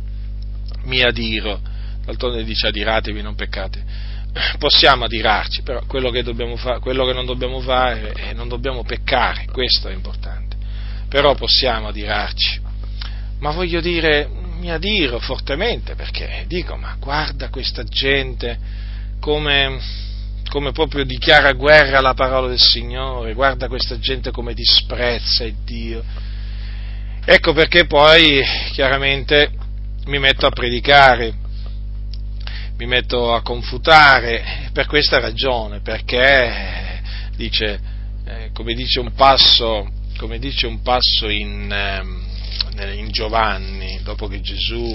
A: mi adiro, d'altronde dice adiratevi, non peccate. Possiamo adirarci, però quello che dobbiamo fare, quello che non dobbiamo fare è non dobbiamo peccare, questo è importante. Però possiamo adirarci. Ma voglio dire, mi adiro fortemente perché dico, ma guarda questa gente come, come proprio dichiara guerra alla parola del Signore, guarda questa gente come disprezza il Dio. Ecco perché poi chiaramente mi metto a predicare, mi metto a confutare per questa ragione, perché dice, eh, come dice un passo, come dice un passo in, eh, in Giovanni, dopo che Gesù,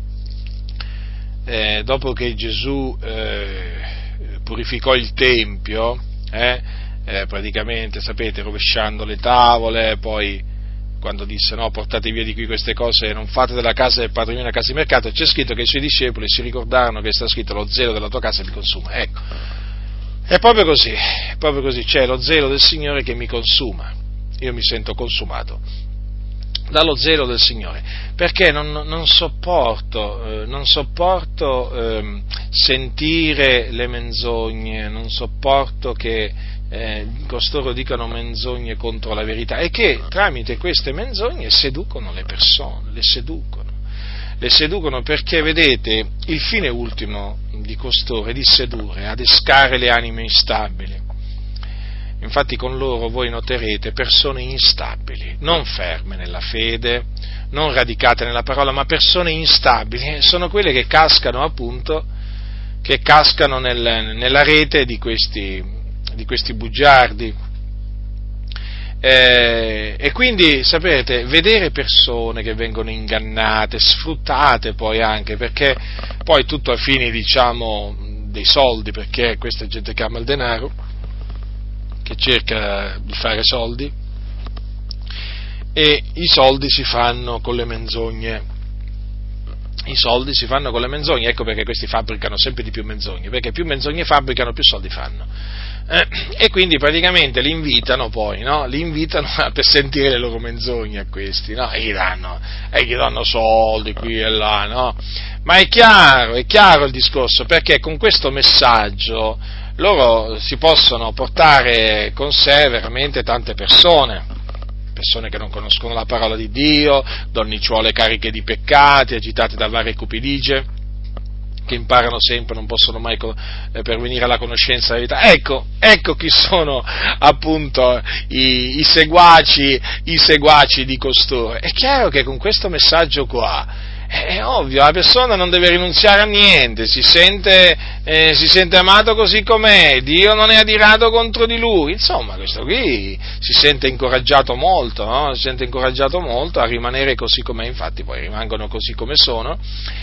A: eh, dopo che Gesù eh, purificò il Tempio, eh, eh, praticamente, sapete, rovesciando le tavole, poi quando disse no, portate via di qui queste cose, non fate della casa del Padre mio una casa di mercato, c'è scritto che i suoi discepoli si ricordarono che sta scritto lo zelo della tua casa mi consuma. Ecco, è proprio così, è proprio così, c'è lo zelo del Signore che mi consuma, io mi sento consumato dallo zelo del Signore, perché non, non sopporto, eh, non sopporto eh, sentire le menzogne, non sopporto che eh, costoro dicano menzogne contro la verità e che tramite queste menzogne seducono le persone, le seducono, le seducono perché vedete il fine ultimo di costoro è di sedurre, adescare le anime instabili. Infatti con loro voi noterete persone instabili, non ferme nella fede, non radicate nella parola, ma persone instabili, sono quelle che cascano appunto, che cascano nel, nella rete di questi, di questi bugiardi. Eh, e quindi, sapete, vedere persone che vengono ingannate, sfruttate poi anche, perché poi tutto a fini, diciamo, dei soldi, perché questa gente che ama il denaro, che cerca di fare soldi, e i soldi si fanno con le menzogne, i soldi si fanno con le menzogne, ecco perché questi fabbricano sempre di più menzogne, perché più menzogne fabbricano più soldi fanno, eh, e quindi praticamente li invitano poi, no? Li invitano per sentire le loro menzogne a questi, no? E gli danno, e gli danno soldi qui e là, no? Ma è chiaro, è chiaro il discorso, perché con questo messaggio loro si possono portare con sé veramente tante persone, persone che non conoscono la parola di Dio, donnicciuole cariche di peccati, agitate da varie cupidigie, che imparano sempre, non possono mai eh, pervenire alla conoscenza della verità. Ecco, ecco chi sono appunto i, i seguaci, i seguaci di costoro. È chiaro che con questo messaggio qua, è ovvio, la persona non deve rinunziare a niente, si sente, eh, si sente amato così com'è, Dio non è adirato contro di lui, insomma, questo qui si sente incoraggiato molto, no? Si sente incoraggiato molto a rimanere così com'è, infatti poi rimangono così come sono,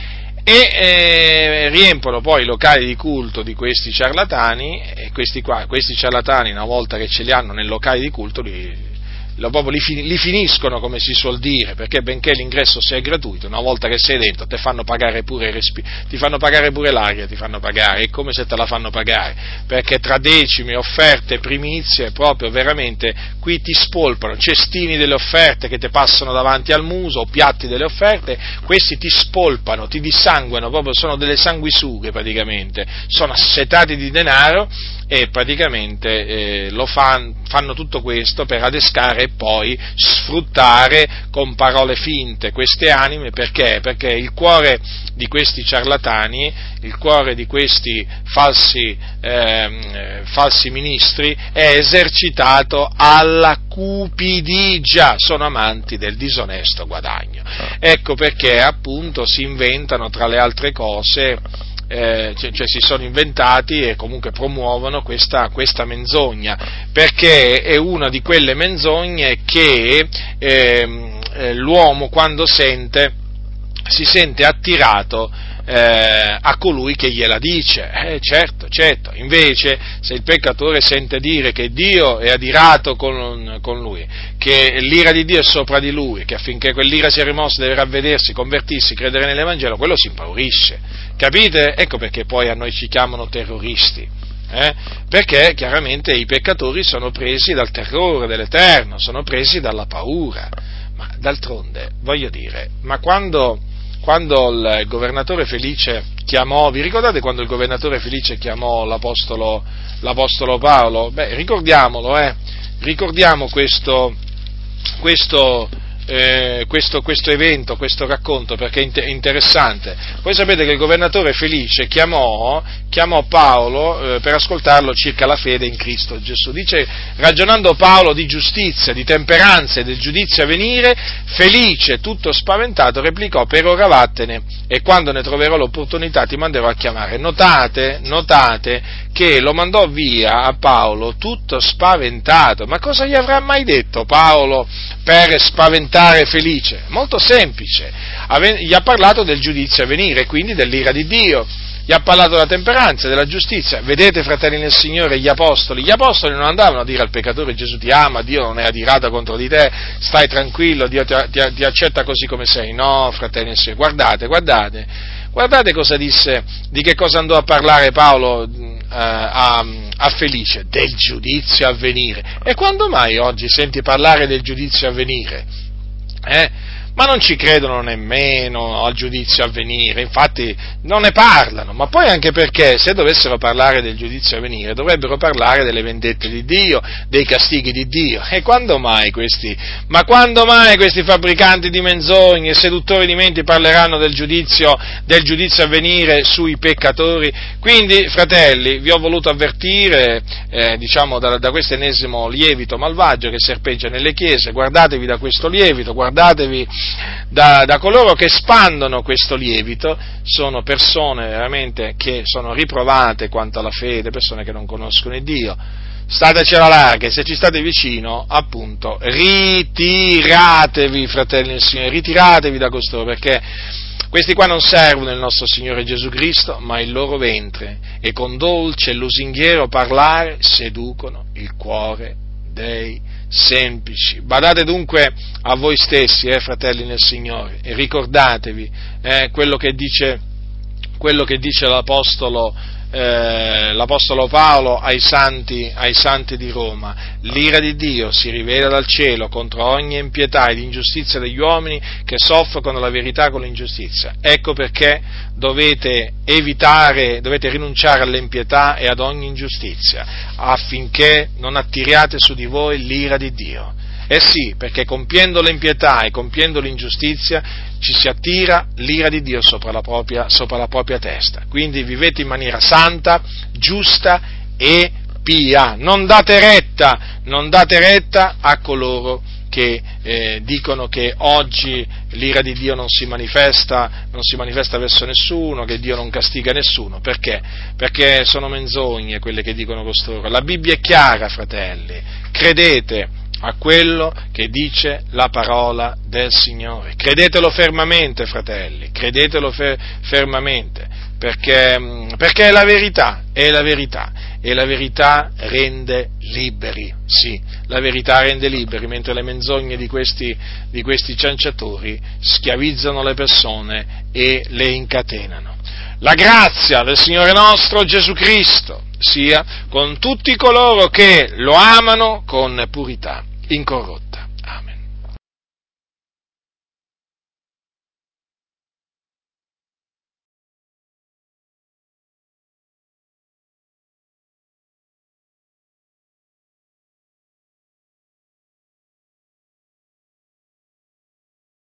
A: e eh, riempiono poi i locali di culto di questi ciarlatani, e questi qua, questi ciarlatani, una volta che ce li hanno nel locale di culto, li Lo, proprio, li, fin- li finiscono, come si suol dire, perché benché l'ingresso sia gratuito, una volta che sei dentro ti fanno pagare pure il respi- ti fanno pagare pure l'aria, ti fanno pagare, è come se te la fanno pagare, perché tra decimi, offerte, primizie, proprio veramente qui ti spolpano, cestini delle offerte che ti passano davanti al muso, piatti delle offerte, questi ti spolpano, ti dissanguano, proprio sono delle sanguisughe praticamente, sono assetati di denaro e praticamente eh, lo fan, fanno tutto questo per adescare e poi sfruttare con parole finte queste anime, perché? Perché il cuore di questi ciarlatani, il cuore di questi falsi, eh, falsi ministri è esercitato alla cupidigia, sono amanti del disonesto guadagno. Ecco perché appunto si inventano, tra le altre cose, Eh, cioè, cioè si sono inventati e comunque promuovono questa, questa menzogna, perché è una di quelle menzogne che eh, eh, l'uomo quando sente si sente attirato eh, a colui che gliela dice, eh, certo, certo, invece se il peccatore sente dire che Dio è adirato con, con lui, che l'ira di Dio è sopra di lui, che affinché quell'ira sia rimossa deve ravvedersi, convertirsi, credere nell'Evangelo, quello si impaurisce, capite? Ecco perché poi a noi ci chiamano terroristi, eh? Perché chiaramente i peccatori sono presi dal terrore dell'Eterno, sono presi dalla paura, ma d'altronde, voglio dire, ma quando... Quando il governatore Felice chiamò, vi ricordate quando il governatore Felice chiamò l'apostolo, l'apostolo Paolo? Beh, ricordiamolo, eh, ricordiamo questo, questo, eh, questo, questo evento, questo racconto, perché è interessante. Voi sapete che il governatore Felice chiamò, chiamò Paolo eh, per ascoltarlo circa la fede in Cristo Gesù. Dice, ragionando Paolo di giustizia, di temperanza e del giudizio a venire, Felice, tutto spaventato, replicò: per ora vattene, e quando ne troverò l'opportunità ti manderò a chiamare. Notate, notate che lo mandò via a Paolo tutto spaventato. Ma cosa gli avrà mai detto Paolo per spaventare Felice? Molto semplice, gli ha parlato del giudizio a venire, quindi dell'ira di Dio. Gli ha parlato della temperanza, della giustizia. Vedete, fratelli nel Signore, gli apostoli, gli apostoli non andavano a dire al peccatore: Gesù ti ama, Dio non è adirato contro di te, stai tranquillo, Dio ti, ti, ti accetta così come sei. No, fratelli nel Signore, guardate, guardate, guardate cosa disse, di che cosa andò a parlare Paolo eh, a, a Felice: del giudizio a venire. E quando mai oggi senti parlare del giudizio a venire? Eh? Ma non ci credono nemmeno al giudizio a venire, infatti non ne parlano, ma poi anche perché se dovessero parlare del giudizio a venire dovrebbero parlare delle vendette di Dio, dei castighi di Dio. E quando mai questi, ma quando mai questi fabbricanti di menzogne e seduttori di menti parleranno del giudizio, del giudizio a venire sui peccatori? Quindi, fratelli, vi ho voluto avvertire, eh, diciamo, da, da questo ennesimo lievito malvagio che serpeggia nelle chiese. Guardatevi da questo lievito, guardatevi Da, da coloro che spandono questo lievito. Sono persone veramente che sono riprovate quanto alla fede, persone che non conoscono il Dio. Stateci alla larga, e se ci state vicino, appunto, ritiratevi, fratelli del Signore, ritiratevi da costoro, perché questi qua non servono il nostro Signore Gesù Cristo, ma il loro ventre, e con dolce e lusinghiero parlare seducono il cuore dei semplici. Badate dunque a voi stessi, eh, fratelli nel Signore, e ricordatevi eh, quello che dice, quello che dice l'apostolo, eh, l'apostolo Paolo ai santi, ai santi di Roma: l'ira di Dio si rivela dal cielo contro ogni impietà ed ingiustizia degli uomini che soffocano la verità con l'ingiustizia. Ecco perché dovete evitare, dovete rinunciare all'impietà e ad ogni ingiustizia, affinché non attiriate su di voi l'ira di Dio. Eh sì, perché compiendo l'impietà e compiendo l'ingiustizia ci si attira l'ira di Dio sopra la propria, sopra la propria testa. Quindi vivete in maniera santa, giusta e pia. Non date retta, non date retta a coloro che eh, dicono che oggi l'ira di Dio non si manifesta, non si manifesta verso nessuno, che Dio non castiga nessuno. Perché? Perché sono menzogne quelle che dicono costoro. La Bibbia è chiara, fratelli, credete a quello che dice la parola del Signore. Credetelo fermamente, fratelli, credetelo fer- fermamente, perché, perché è la verità, è la verità, e la verità rende liberi, sì, la verità rende liberi, mentre le menzogne di questi, di questi cianciatori schiavizzano le persone e le incatenano. La grazia del Signore nostro Gesù Cristo sia con tutti coloro che lo amano con purità incorrotta.